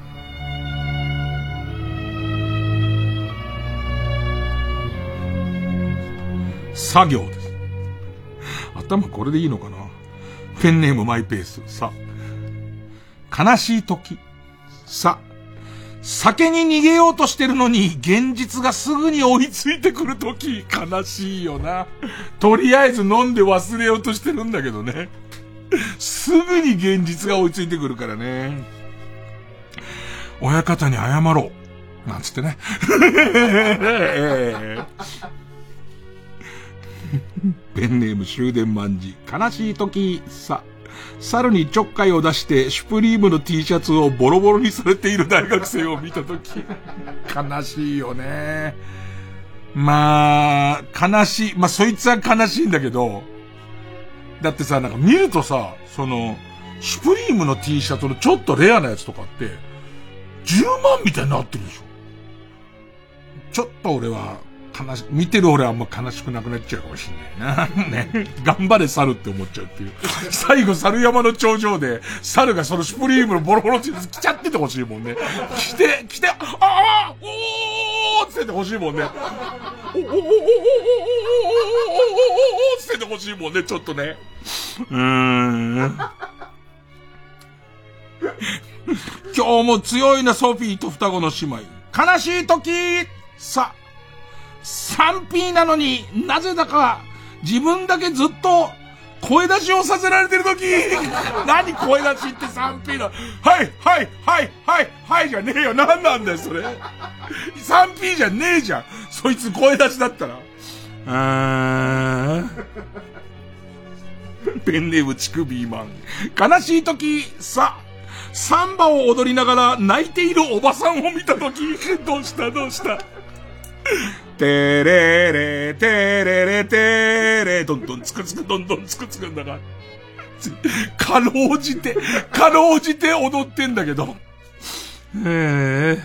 作業です。頭これでいいのかな。ペンネームマイペース。さ、悲しい時。さ、酒に逃げようとしてるのに現実がすぐに追いついてくるとき、悲しいよな。とりあえず飲んで忘れようとしてるんだけどね。すぐに現実が追いついてくるからね。親方に謝ろう。なんつってね。ペンネーム終電万事。悲しいとき、さ。猿にちょっかいを出してシュプリームの T シャツをボロボロにされている大学生を見たとき、悲しいよね。まあ、悲しい。まあ、そいつは悲しいんだけど、だってさ、なんか見るとさ、その、シュプリームの T シャツのちょっとレアなやつとかって、10万みたいになってるでしょ。ちょっと俺は、見てる俺はあんま悲しくなくなっちゃうかもしんないな。ね。頑張れ猿って思っちゃうっていう。最後猿山の頂上で、猿がそのシュプリームのボロボロって着ちゃっててほしいもんね。着て、おーっててほしいもんね。おーっててほしいもんね、ちょっとね。今日も強いな、ソフィーと双子の姉妹。悲しい時さ、3P なのになぜだか自分だけずっと声出しをさせられてる時。何声出しって 3P の。はいじゃねえよ。なんなんだよそれ。3P じゃねえじゃん。そいつ声出しだったら。ペンネームチクビーマン。悲しい時さ、サンバを踊りながら泣いているおばさんを見た時。どうしたてれれ、てれれ、てれ、どんどんつくつくんだが。かろうじて踊ってんだけど。ペ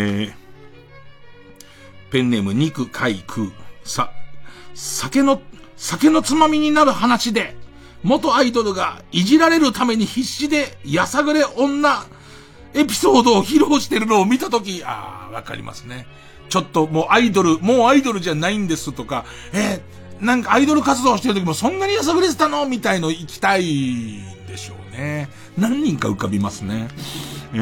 ンネーム肉海空。酒の酒のつまみになる話で、元アイドルがいじられるために必死でやさぐれ女エピソードを披露してるのを見たとき、わかりますね。ちょっともうアイドルじゃないんですとか、なんかアイドル活動してる時もそんなにやさぐれてたのみたいの行きたいんでしょうね。何人か浮かびますね。ペ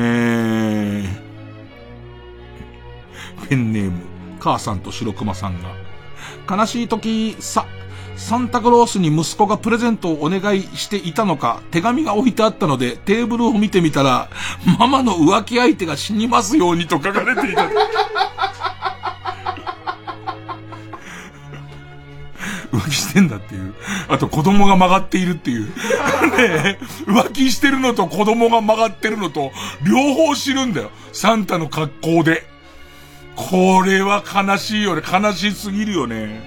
ンネーム、母さんと白熊さんが、悲しい時、サンタクロースに息子がプレゼントをお願いしていたのか、手紙が置いてあったので、テーブルを見てみたら、ママの浮気相手が死にますようにと書かれていた。浮気してんだっていう。あと子供が曲がっているっていう。ね、浮気してるのと子供が曲がってるのと、両方知るんだよ。サンタの格好で。これは悲しいよね。悲しすぎるよね。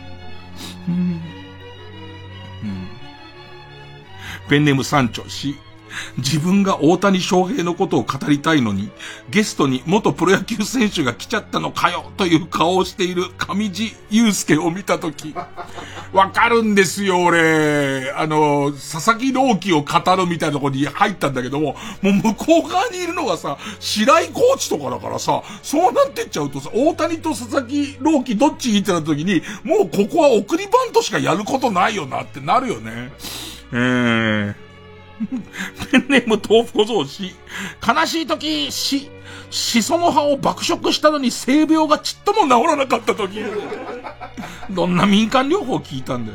ペンネームサンチョ氏。自分が大谷翔平のことを語りたいのに、ゲストに元プロ野球選手が来ちゃったのかよという顔をしている上地雄介を見たとき、わかるんですよ、俺。佐々木朗希を語るみたいなところに入ったんだけども、もう向こう側にいるのがさ、白井コーチとかだからさ、そうなってっちゃうとさ、大谷と佐々木朗希どっちいいってなったときに、もうここは送りバントしかやることないよなってなるよね。ペンネーム豆腐小僧氏。悲しい時、しその葉を爆食したのに性病がちっとも治らなかった時。どんな民間療法を聞いたんだよ。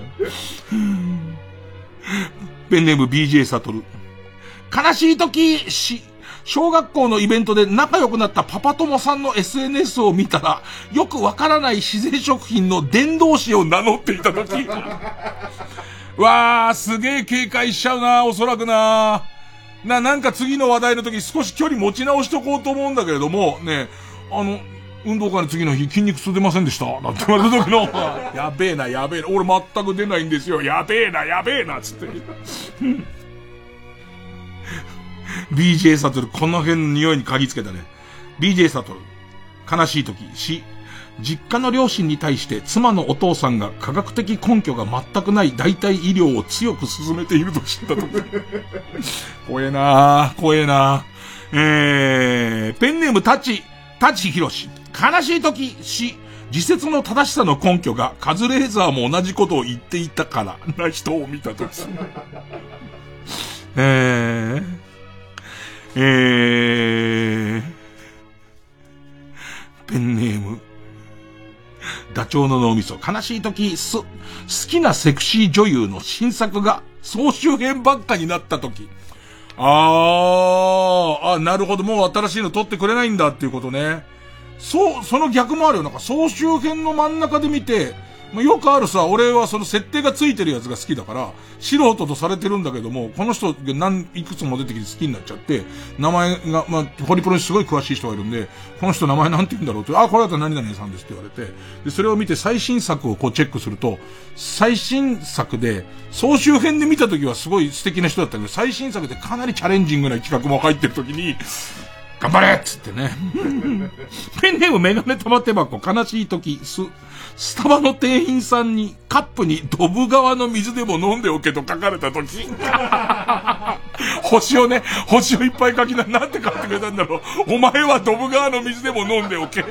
ペンネーム BJ サトル。悲しい時、小学校のイベントで仲良くなったパパ友さんの SNS を見たら、よくわからない自然食品の伝道師を名乗っていた時。わー、すげー警戒しちゃうな、おそらくな。なんか次の話題の時少し距離持ち直しとこうと思うんだけれども、ね、運動会の次の日筋肉痛出ませんでしたなんて言われた時の、やべえな、俺全く出ないんですよ、やべえな、つって。BJ サトル、この辺の匂いに嗅ぎつけたね。BJ サトル、悲しい時、実家の両親に対して妻のお父さんが科学的根拠が全くない代替医療を強く進めていると知ったとき。怖えな。ペンネームタチヒロシ。悲しいとき、自説の正しさの根拠がカズレーザーも同じことを言っていたからな人を見たとき。ペンネームダチョウの脳みそ。悲しい時、好きなセクシー女優の新作が総集編ばっかになった時。なるほど、もう新しいの撮ってくれないんだっていうことね。その逆もあるよ。なんか総集編の真ん中で見て、よくあるさ、俺はその設定がついてるやつが好きだから、素人とされてるんだけども、この人がいくつも出てきて好きになっちゃって、名前が、ホリプロにすごい詳しい人がいるんで、この人名前なんて言うんだろうって、これだったら何々さんですって言われて、で、それを見て最新作をこうチェックすると、最新作で、総集編で見た時はすごい素敵な人だったけど、最新作でかなりチャレンジングな企画も入ってる時に、頑張れっつってね。ペンネームメガネ玉手箱、悲しい時、スタバの店員さんにカップにドブ川の水でも飲んでおけと書かれた時。星をいっぱい書きなんて書いてくれたんだろう。お前はドブ川の水でも飲んでおけ。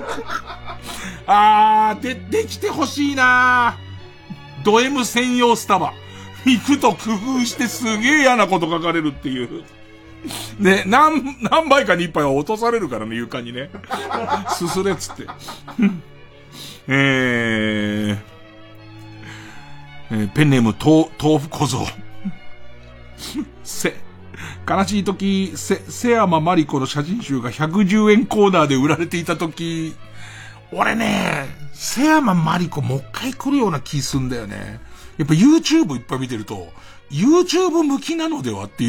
できてほしいな。ド M 専用スタバ。行くと工夫してすげえ嫌なこと書かれるっていう。ね、何杯かに一杯は落とされるからね、床にね。すすれっつって。ペンネーム豆腐小僧。悲しい時、瀬山まりこの写真集が110円コーナーで売られていた時、俺ね、瀬山まりこもう一回来るような気すんだよね。やっぱ YouTube いっぱい見てると、YouTube 向きなのではっていう、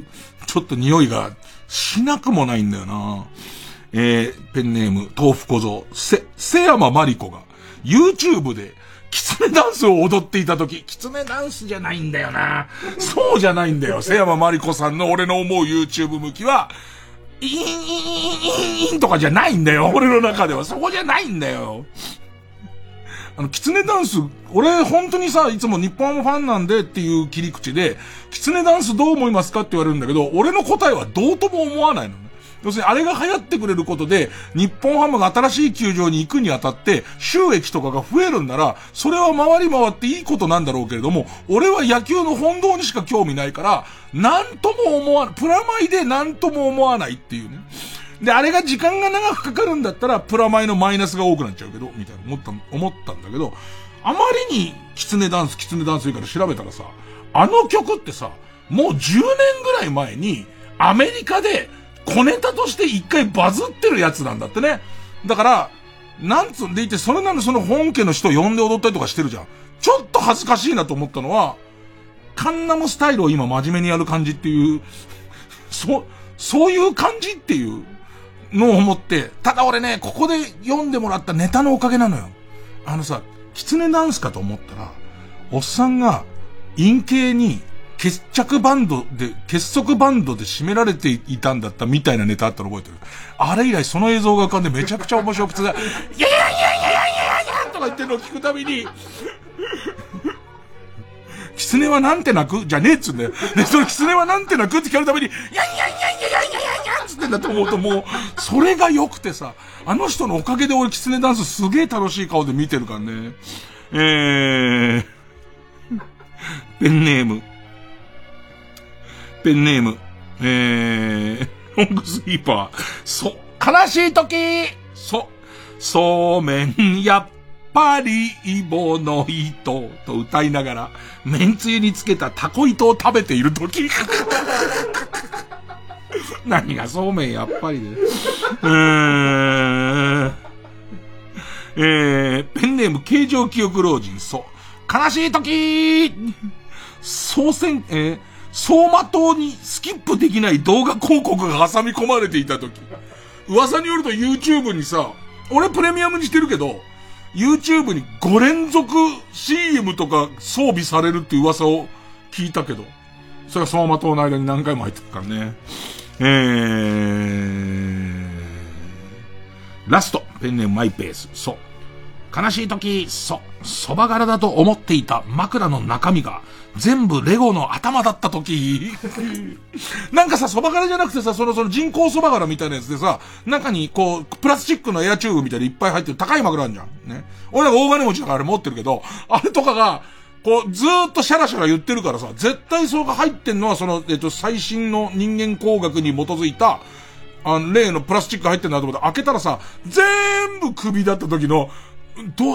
ちょっと匂いがしなくもないんだよな。ペンネーム、豆腐小僧、瀬山まりこが YouTube でキツネダンスを踊っていたとき、キツネダンスじゃないんだよな。そうじゃないんだよ。瀬山まりこさんの俺の思う YouTube 向きは、インとかじゃないんだよ。俺の中では。そこじゃないんだよ。 キツネダンス、俺本当にさ、いつも日本ファンなんでっていう切り口で、キツネダンスどう思いますかって言われるんだけど、俺の答えはどうとも思わないのね。要するにあれが流行ってくれることで、日本ハムが新しい球場に行くにあたって、収益とかが増えるんなら、それは回り回っていいことなんだろうけれども、俺は野球の本道にしか興味ないから、なんとも思わない、プラマイでなんとも思わないっていうね。で、あれが時間が長くかかるんだったら、プラマイのマイナスが多くなっちゃうけど、みたいな思ったんだけど、あまりにキツネダンス言うから調べたらさ、あの曲ってさ、もう10年ぐらい前に、アメリカで小ネタとして一回バズってるやつなんだってね。だから、なんつうんでいて、それなのにその本家の人呼んで踊ったりとかしてるじゃん。ちょっと恥ずかしいなと思ったのは、カンナムスタイルを今真面目にやる感じっていう、そういう感じっていうのを思って、ただ俺ね、ここで読んでもらったネタのおかげなのよ。キツネダンスかと思ったら、おっさんが陰茎に結束バンドで締められていたんだったみたいなネタあったの覚えてる。あれ以来その映像が浮かんでめちゃくちゃ面白くて、いやいやいやいやいやいやとか言ってるのを聞くたびに、キツネはなんて鳴くじゃねえっつうんだよ。で、そのキツネはなんて鳴くって聞かれるたびに、いやいやいやいやいやいやいやつってんだと思うともう、それが良くてさ、あの人のおかげで俺キツネダンスすげえ楽しい顔で見てるからね。ペンネーム、ロングスイーパー、悲しい時、そうめん、やっぱりイボの糸と歌いながら、めんつゆにつけたタコ糸を食べている時。何がそうめんやっぱりで。ペンネーム、形状記憶老人、悲しい時、走馬灯にスキップできない動画広告が挟み込まれていた時。噂によると YouTube にさ、俺プレミアムにしてるけど、YouTube に5連続 CM とか装備されるっていう噂を聞いたけど、それが走馬灯の間に何回も入ってるからね。ラスト、ペンネームマイペース、悲しい時、そば柄だと思っていた枕の中身が全部レゴの頭だった時。なんかさ、そば柄じゃなくてさ、その人工そば柄みたいなやつでさ、中にこう、プラスチックのエアチューブみたいにいっぱい入ってる高い枕あるじゃん。ね。俺らが大金持ちだからあれ持ってるけど、あれとかが、こう、ずーっとシャラシャラ言ってるからさ、絶対それが入ってんのは最新の人間工学に基づいた、例のプラスチック入ってんだと思って開けたらさ、全部首だった時の、ど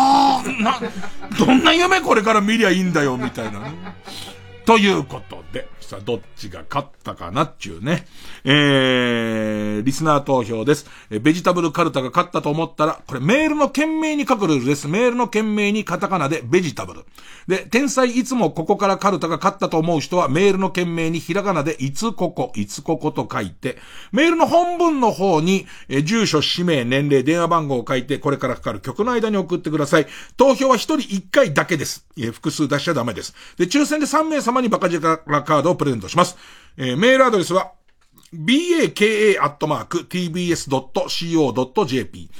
んな夢これから見りゃいいんだよ、みたいなね。ということで、さあ、どっちが勝ったかなっちゅうね。リスナー投票です。ベジタブルカルタが勝ったと思ったら、これメールの件名に書くルールです。メールの件名にカタカナでベジタブル。で、天才いつもここからカルタが勝ったと思う人は、メールの件名にひらがなでいつここと書いて、メールの本文の方に、住所、氏名、年齢、電話番号を書いて、これからかかる曲の間に送ってください。投票は1人1回だけです。複数出しちゃダメです。で、抽選で3名様にバカ力カードをプレゼントします。メールアドレスは、baka@tbs.co.jp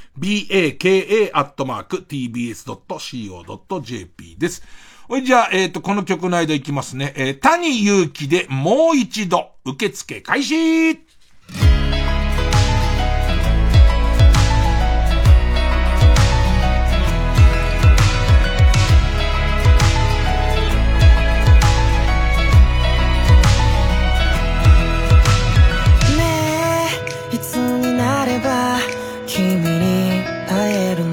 baka@tbs.co.jp です。じゃあ、この曲の間いきますね。谷祐希でもう一度、受付開始。 君に会えるの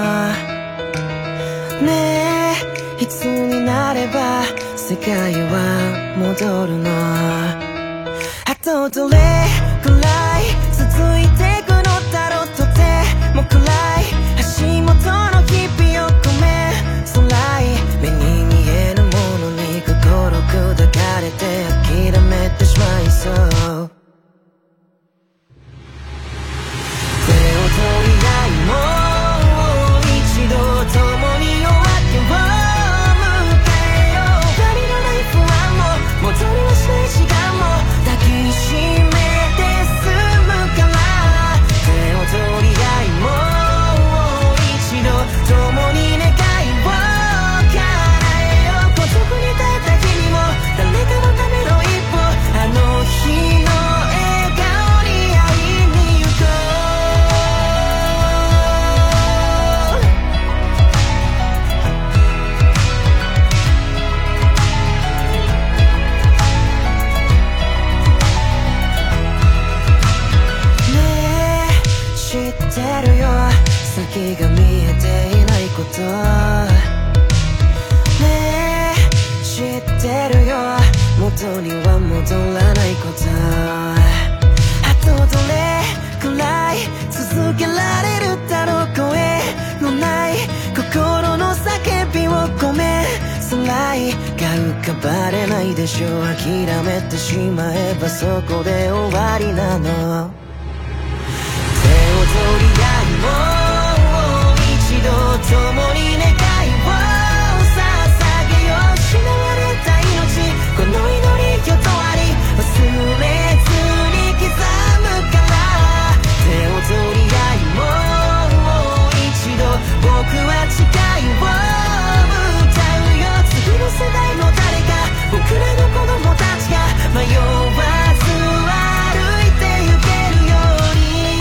ねえいつになれば世界は戻るのあとどれくらい続いてくのだろうとても暗い足元の日々を込め辛い目に見えるものに心砕かれて諦めてしまいそうもう一度共に夜明けを迎えよう二人のない不安も戻りはしない時間も抱きしめて済むから手を取り合いもう一度共いが浮かばれないでしょう。諦めてしまえばそこで終わりなの。手を取り合いもう一度共に願いを捧げよう。失われた命この祈りよとあり忘れずに刻むから。手を取り合いもう一度僕は誓いを歌うよ。次の世代の誰か僕らの子供たちが迷わず歩いて行けるように。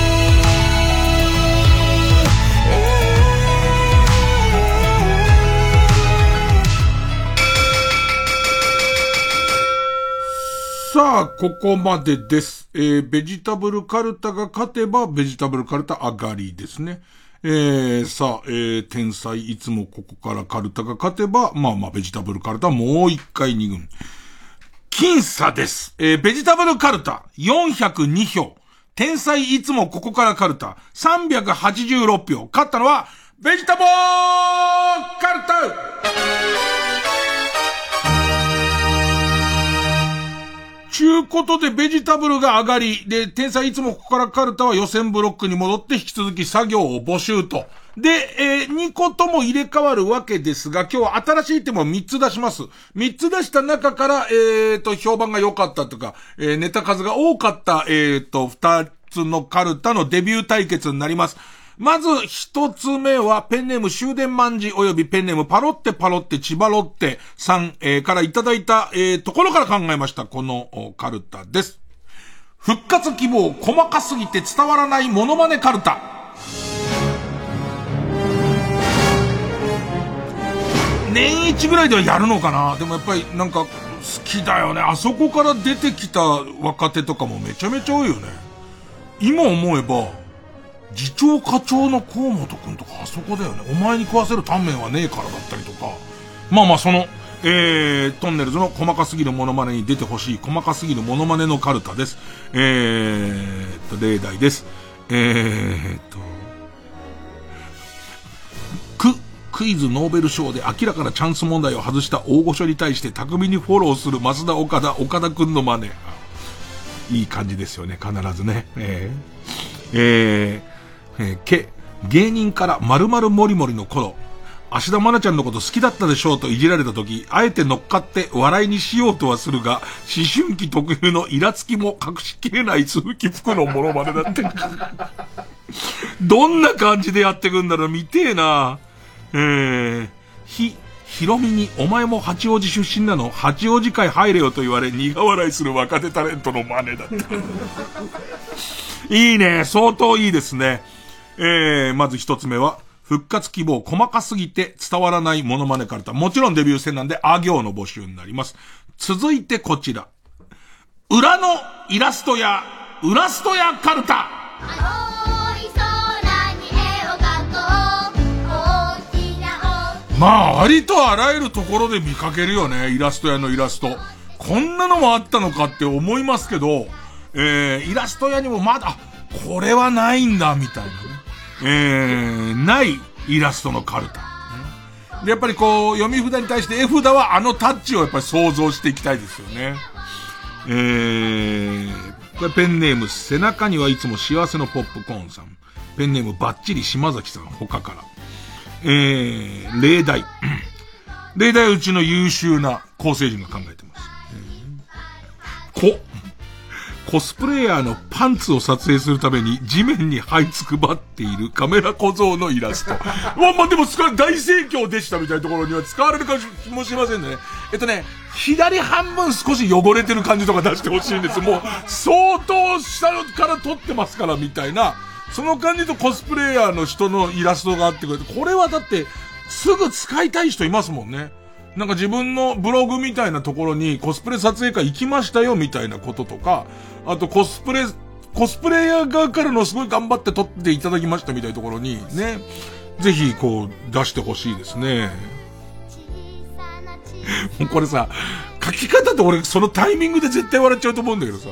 さあ、ここまでです。ベジタブルカルタが勝てば、ベジタブルカルタ上がりですね。さあ、天才いつもここからカルタが勝てば、まあまあ、ベジタブルカルタもう一回2軍。僅差です。ベジタブルカルタ402票。天才いつもここからカルタ386票。勝ったのは、ベジタブルカルタちゅうことでベジタブルが上がり、で、天才いつもここからカルタは予選ブロックに戻って引き続き作業を募集と。で、2個とも入れ替わるわけですが、今日は新しいテーマを3つ出します。3つ出した中から、評判が良かったとか、ネタ数が多かった、2つのカルタのデビュー対決になります。まず一つ目はペンネーム終電万事およびペンネームパロって千葉ロッテさん、からいただいた、ところから考えましたこのカルタです。復活希望細かすぎて伝わらないモノマネカルタ。年一ぐらいではやるのかな。でもやっぱりなんか好きだよね。あそこから出てきた若手とかもめちゃめちゃ多いよね。今思えば次長課長の河本くんとかあそこだよね。お前に食わせるタンメンはねえからだったりとか。まあまあその、トンネルズの細かすぎるモノマネに出てほしい細かすぎるモノマネのカルタです。例題です。クイズノーベル賞で明らかなチャンス問題を外した大御所に対して巧みにフォローする増田岡田くんの真似。いい感じですよね、必ずね。芸人から〇〇もりもりの頃、芦田愛菜ちゃんのこと好きだったでしょうといじられた時、あえて乗っかって笑いにしようとはするが、思春期特有のイラつきも隠しきれない鈴木福のモノマネだって。どんな感じでやってくんだろう、見てえな。ひろみにお前も八王子出身なの？八王子会入れよと言われ苦笑いする若手タレントの真似だった。いいね、相当いいですね。まず一つ目は復活希望細かすぎて伝わらないモノマネカルタ。もちろんデビュー戦なんであ行の募集になります。続いてこちら。裏のイラストやウラストやカルタ。まあ、ありとあらゆるところで見かけるよね、イラスト屋のイラスト。こんなのもあったのかって思いますけど、イラスト屋にもまだ、これはないんだ、みたいなね。ないイラストのカルタ。で、やっぱりこう、読み札に対して絵札はあのタッチをやっぱり想像していきたいですよね。これペンネーム、背中にはいつも幸せのポップコーンさん。ペンネーム、バッチリ島崎さん、他から。例題。例題はうちの優秀な構成陣が考えてます。コスプレイヤーのパンツを撮影するために地面に這いつくばっているカメラ小僧のイラスト。まあでも大盛況でしたみたいなところには使われるかもしれませんね。左半分少し汚れてる感じとか出してほしいんです。もう相当下から撮ってますからみたいな。その感じとコスプレイヤーの人のイラストがあってくれて、これはだってすぐ使いたい人いますもんね。なんか自分のブログみたいなところにコスプレ撮影会行きましたよみたいなこととか、あとコスプレイヤー側からのすごい頑張って撮っていただきましたみたいなところにね、ぜひこう出してほしいですね。もうこれさ、書き方って俺そのタイミングで絶対笑っちゃうと思うんだけどさ、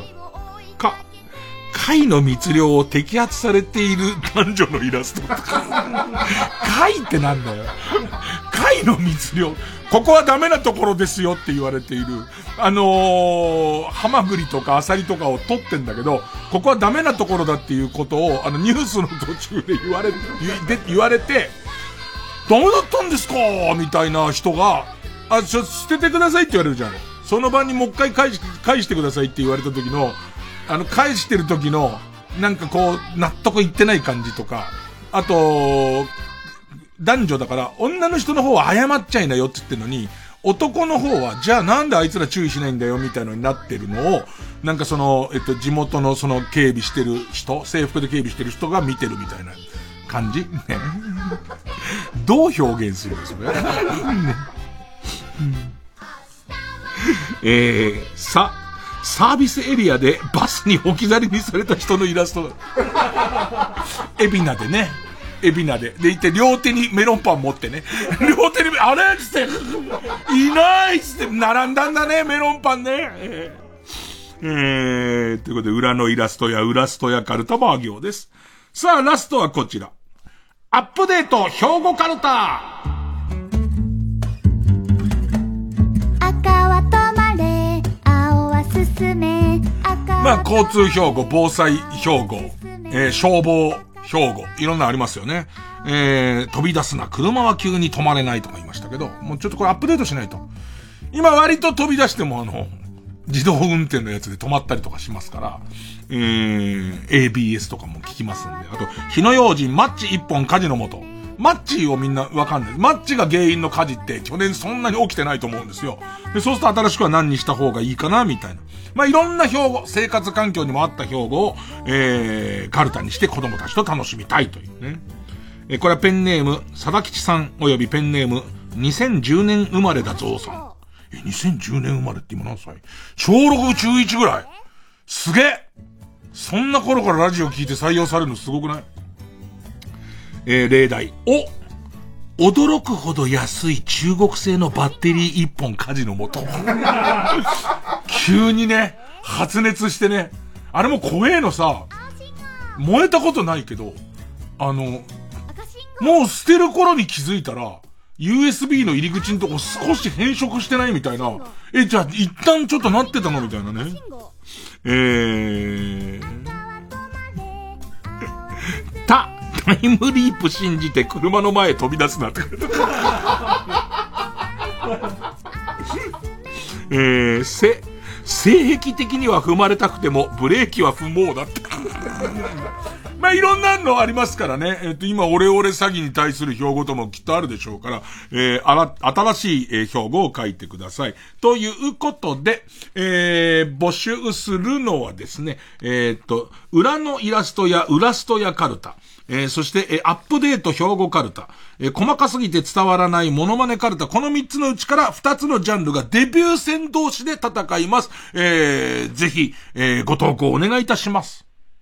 貝の密漁を摘発されている男女のイラスト。貝ってなんだよ。貝の密漁。ここはダメなところですよって言われている。ハマグリとかアサリとかを取ってんだけど、ここはダメなところだっていうことを、ニュースの途中で言われて、ダメだったんですかみたいな人が、捨ててくださいって言われるじゃん。その場にもう一回返してくださいって言われた時の、返してる時の、なんかこう、納得いってない感じとか、あと、男女だから、女の人の方は謝っちゃいなよって言ってるのに、男の方は、じゃあなんであいつら注意しないんだよみたいなのになってるのを、なんかその、地元のその警備してる人、制服で警備してる人が見てるみたいな感じね。どう表現するんですかサービスエリアでバスに置き去りにされた人のイラスト。海老名でね。海老名で。で、いて、両手にメロンパン持ってね。両手に、あれっつって、いないっつって、並んだんだね、メロンパンね。ということで、裏のイラストや裏ストやカルタもあ行です。さあ、ラストはこちら。アップデート、兵庫カルタ。 赤は止まれ、青は進め、 まあ、交通標語、防災標語、消防標語、いろんなありますよね。飛び出すな、車は急に止まれないとか言いましたけど、もうちょっとこれアップデートしないと。今割と飛び出しても自動運転のやつで止まったりとかしますから、ABS とかも効きますんで。あと、火の用心、マッチ一本火事の元。マッチをみんなわかんない。マッチが原因の火事って去年そんなに起きてないと思うんですよ。で、そうすると新しくは何にした方がいいかな、みたいな。まあ、いろんな標語、生活環境にもあった標語を、カルタにして子供たちと楽しみたいというね。これはペンネーム、佐田吉さんおよびペンネーム、2010年生まれだぞうさん。2010年生まれって今何歳？小6中1ぐらい。すげえ！そんな頃からラジオ聞いて採用されるのすごくない？例題。驚くほど安い中国製のバッテリー一本火事のもと。急にね、発熱してね。あれも怖えのさ、燃えたことないけど、もう捨てる頃に気づいたら、USB の入り口のとこ少し変色してないみたいな。じゃあ一旦ちょっとなってたのみたいなね。タイムリープ信じて車の前飛び出すなって。性癖的には踏まれたくてもブレーキは不毛だって。まあ、いろんなのありますからね。今、オレオレ詐欺に対する標語ともきっとあるでしょうから、新しい標語を書いてください。ということで、募集するのはですね、裏のイラストや裏ストやカルタ。そして、アップデート標語カルタ。細かすぎて伝わらないモノマネカルタ。この3つのうちから2つのジャンルがデビュー戦同士で戦います。ぜひ、ご投稿お願いいたします。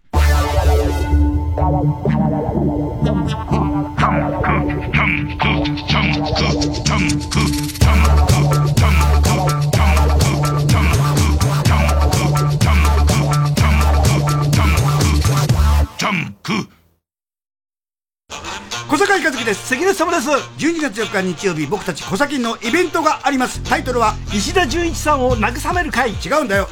小坂井和樹です。関根様です。12月4日日曜日、僕たち小崎のイベントがあります。タイトルは石田純一さんを慰める会。違うんだよ。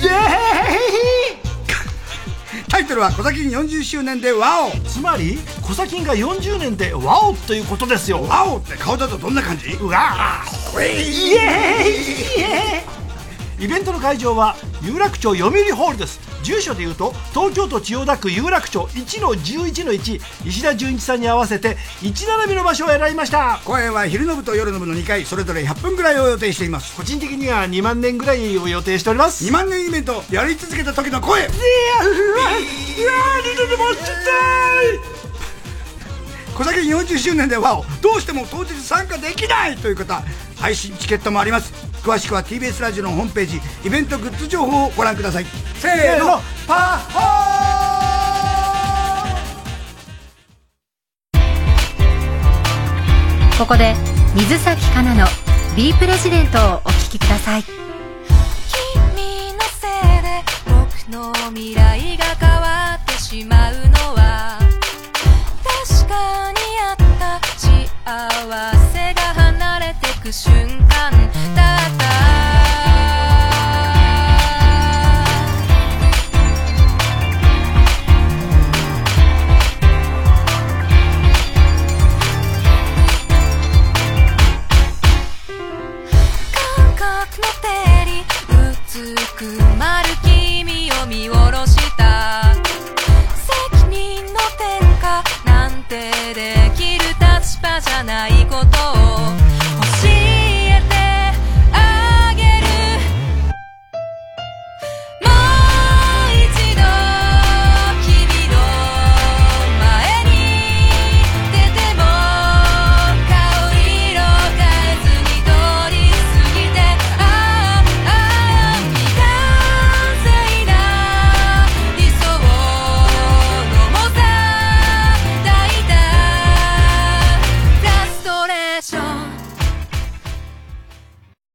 タイトルは小崎40周年でワオ。つまり小崎が40年でワオということですよ。ワオって顔だとどんな感じ？うわーイエーイ。イベントの会場は有楽町読売ホールです。住所でいうと東京都千代田区有楽町 1-11-1 石田純一さんに合わせて1並びの場所を選びました。公演は昼の部と夜の部の2回それぞれ100分ぐらいを予定しています。個人的には2万年ぐらいを予定しております。2万年イベントやり続けた時の声。うわ二度ともちったい。小崎40周年でワオ、どうしても当日参加できないという方、配信チケットもあります。詳しくは TBS ラジオのホームページイベントグッズ情報をご覧ください。せーの、パッホー。ここで水崎かなの B プレジデントをお聴きください。 君のせいで僕の未来が変わってしまうのは確かにあった幸せが離れ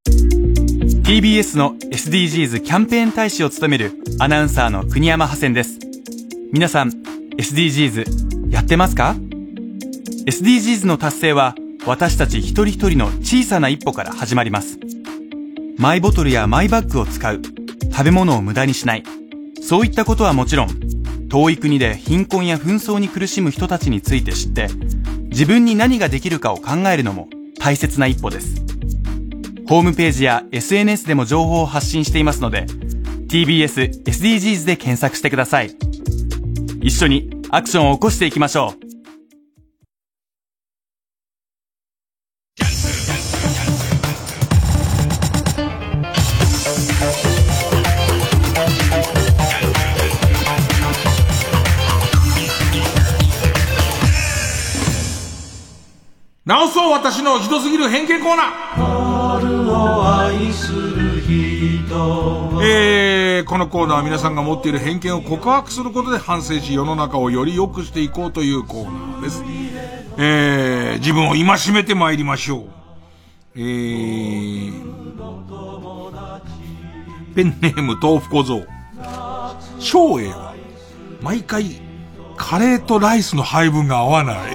TBS の SDGs キャンペーン大使を務めるアナウンサーの国山ハセンです。皆さん SDGs やってますか？ SDGs の達成は私たち一人一人の小さな一歩から始まります。マイボトルやマイバッグを使う、食べ物を無駄にしない、そういったことはもちろん、遠い国で貧困や紛争に苦しむ人たちについて知って、自分に何ができるかを考えるのも大切な一歩です。ホームページや SNS でも情報を発信していますので、TBS SDGs で検索してください。一緒にアクションを起こしていきましょう。 直そう私のひどすぎる偏見コーナー。春を愛する人。このコーナーは皆さんが持っている偏見を告白することで反省し世の中をより良くしていこうというコーナーです。自分を戒めて参りましょう。ペンネーム豆腐小僧。照英は毎回カレーとライスの配分が合わない。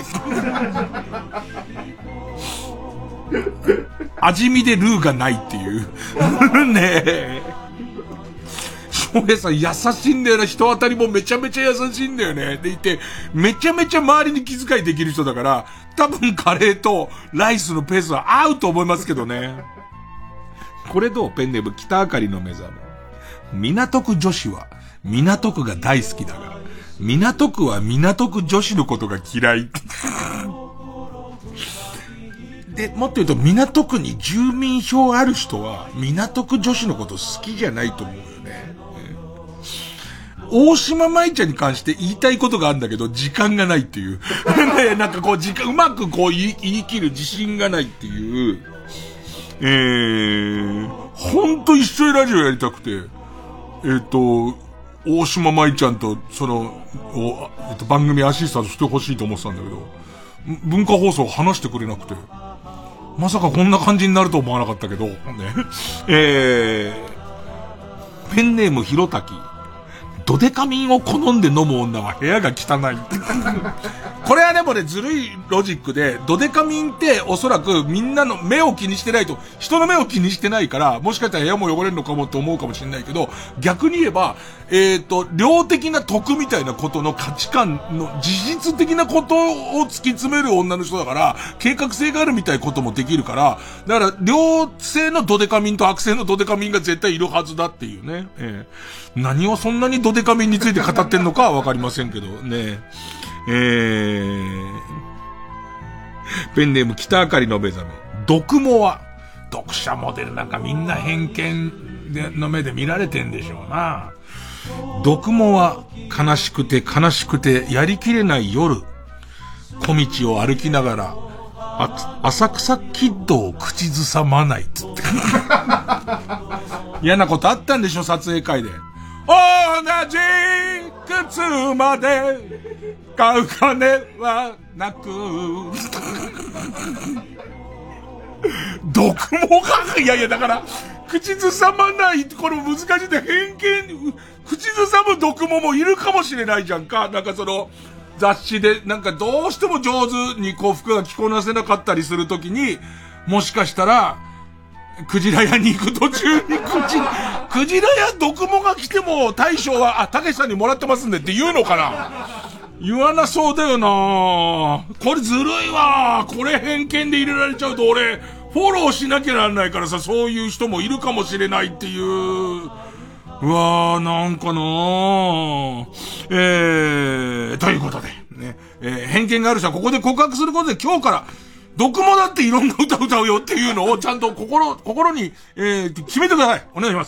味見でルーがないっていうねえ。翔平さん優しいんだよな。人当たりもめちゃめちゃ優しいんだよね。でいてめちゃめちゃ周りに気遣いできる人だから、多分カレーとライスのペースは合うと思いますけどね。これどう？ペンネーム北あかりの目覚め。港区女子は港区が大好きだが、港区は港区女子のことが嫌い。で、もっと言うと港区に住民票ある人は港区女子のこと好きじゃないと思うよね。大島舞ちゃんに関して言いたいことがあるんだけど時間がないっていう。ね、なんかこううまくこう言い切る自信がないっていう。ほんと一緒にラジオやりたくて、大島舞ちゃんと番組アシスタントしてほしいと思ってたんだけど、文化放送話してくれなくて、まさかこんな感じになると思わなかったけど、ね。ペンネームひろたき。ドデカミンを好んで飲む女は部屋が汚い。これはでもね、ずるいロジックで、ドデカミンっておそらくみんなの目を気にしてないと、人の目を気にしてないから、もしかしたら部屋も汚れるのかもって思うかもしれないけど、逆に言えば、量的な得みたいなことの価値観の事実的なことを突き詰める女の人だから、計画性があるみたいなこともできるから、だから、良性のドデカミンと悪性のドデカミンが絶対いるはずだっていうね。何をそんなにドデカミンについて語ってんのかはわかりませんけどね。ペンネーム北あかりの目覚め。読モは読者モデルなんかみんな偏見の目で見られてんでしょうな。読モは悲しくてやりきれない夜、小道を歩きながら浅草キッドを口ずさまないっつって嫌なことあったんでしょ、撮影会で。同じ靴まで買う金はなく読モが、いやだから口ずさまない、これ難しいで、偏見、口ずさむ読モもいるかもしれないじゃんか。なんかその雑誌でなんかどうしても上手にこう服が着こなせなかったりするときに、もしかしたらクジラ屋に行く途中にクジラ屋読モが来ても大将はたけしさんにもらってますんでって言うのかな。言わなそうだよな。これずるいわ。これ偏見で入れられちゃうと俺フォローしなきゃなんないからさ、そういう人もいるかもしれないっていう。うわー、なんかなということでね、偏見がある人はここで告白することで、今日から読モだっていろんな歌歌うよっていうのをちゃんと心に、決めてください。お願いします。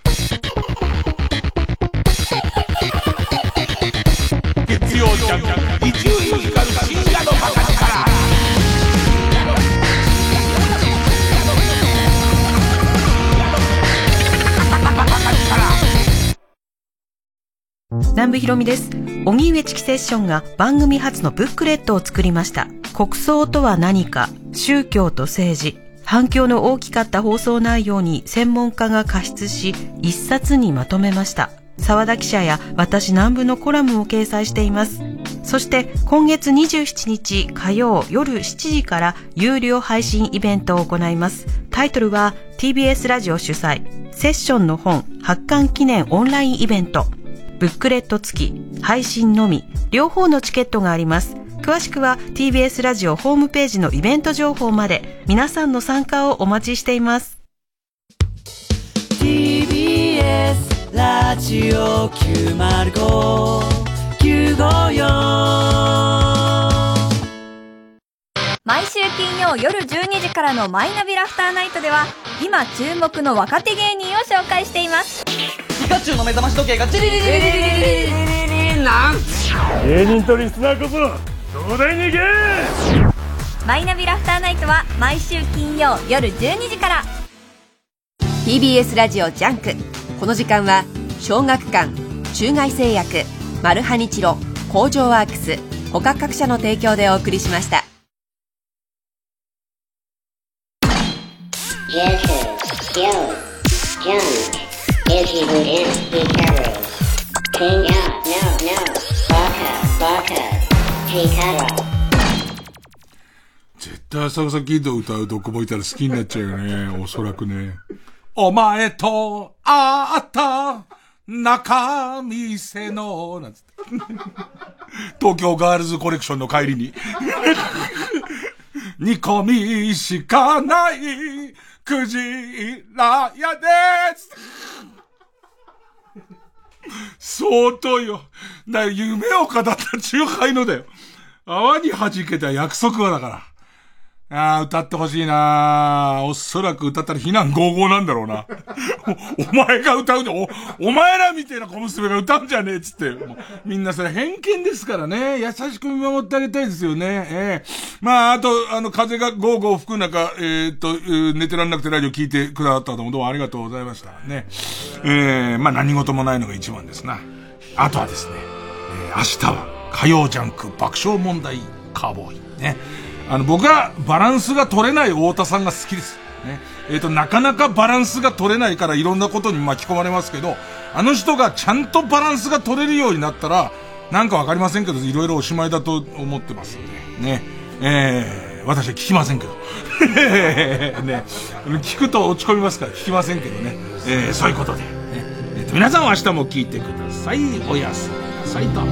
月曜ジャンク伊集院光深夜のバカ力。 南部ひろみです。荻上チキセッションが番組初のブックレットを作りました。国葬とは何か、宗教と政治、 反響の大きかった放送内容に専門家が加筆し、一冊にまとめました。沢田記者や私南部のコラムを掲載しています。そして今月27日火曜夜7時から有料配信イベントを行います。タイトルは TBS ラジオ主催セッションの本発刊記念オンラインイベント。ブックレット付き、配信のみ、両方のチケットがあります。詳しくは TBS ラジオホームページのイベント情報まで、皆さんの参加をお待ちしています。 TBS ラジオ905-954 毎週金曜夜12時からのマイナビラフターナイトでは、今注目の若手芸人を紹介しています。 ピカチュウの目覚まし時計がチリリリリリリリリリなん芸人とリスナーこそ東大に行け。 マイナビラフターナイトは毎週金曜夜12時から。 TBS ラジオジャンク。この時間は小学館、中外製薬、マルハニチロ、工場ワークス他各社の提供でお送りしました。 絶対浅草キッド歌うどこもいたら好きになっちゃうよね。おそらくね。お前と会った中店のなんつって東京ガールズコレクションの帰りに煮込みしかないクジラ屋です相当よ。夢を語った中杯のだよ。泡に弾けた約束はだから。歌ってほしいな。おそらく歌ったら非難合々なんだろうな。お前が歌うで、お前らみたいな小娘が歌うんじゃねえっつって。みんなそれ偏見ですからね。優しく見守ってあげたいですよね。まあ、あと、風がゴーゴー吹く中、寝てらんなくてラジオ聞いてくださったともどうもありがとうございました。ね。まあ何事もないのが一番ですな。あとはですね、明日は火曜ジャンク爆笑問題カーボーイ。ね。僕はバランスが取れない太田さんが好きです。ね。なかなかバランスが取れないからいろんなことに巻き込まれますけど、あの人がちゃんとバランスが取れるようになったら、なんかわかりませんけど、いろいろおしまいだと思ってますんで、ね。私は聞きませんけど。ね。聞くと落ち込みますから聞きませんけどね。そういうことで。ね。皆さんは明日も聞いてください。おやすみなさいと。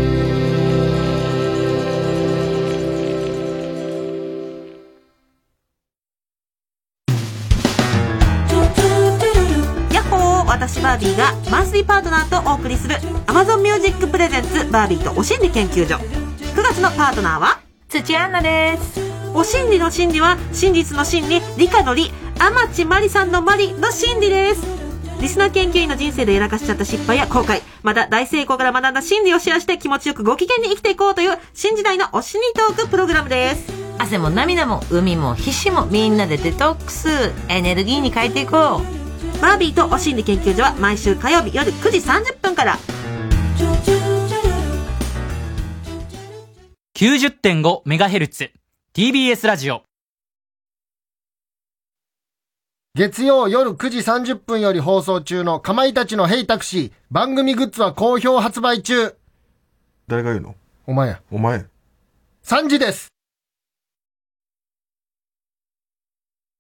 私バービーがマンスリーパートナーとお送りする Amazon Music Presents バービーとお心理研究所。9月のパートナーは土アンナです。 お心理の心理は真実の真理、理科の理、天地真理さんの真理の真理です。リスナー研究員の人生でやらかしちゃった失敗や後悔、また大成功から学んだ真理をシェアして気持ちよくご機嫌に生きていこうという新時代のお心理トークプログラムです。 汗も涙も海も皮脂もみんなでデトックス、エネルギーに変えていこう。 バービーとお心理研究所は毎週火曜日夜9時30分から。 90.5MHz TBS ラジオ。 月曜夜9時30分より放送中のかまいたちのヘイタクシー番組グッズは好評発売中。 誰が言うの？ お前や。 お前。 3時です。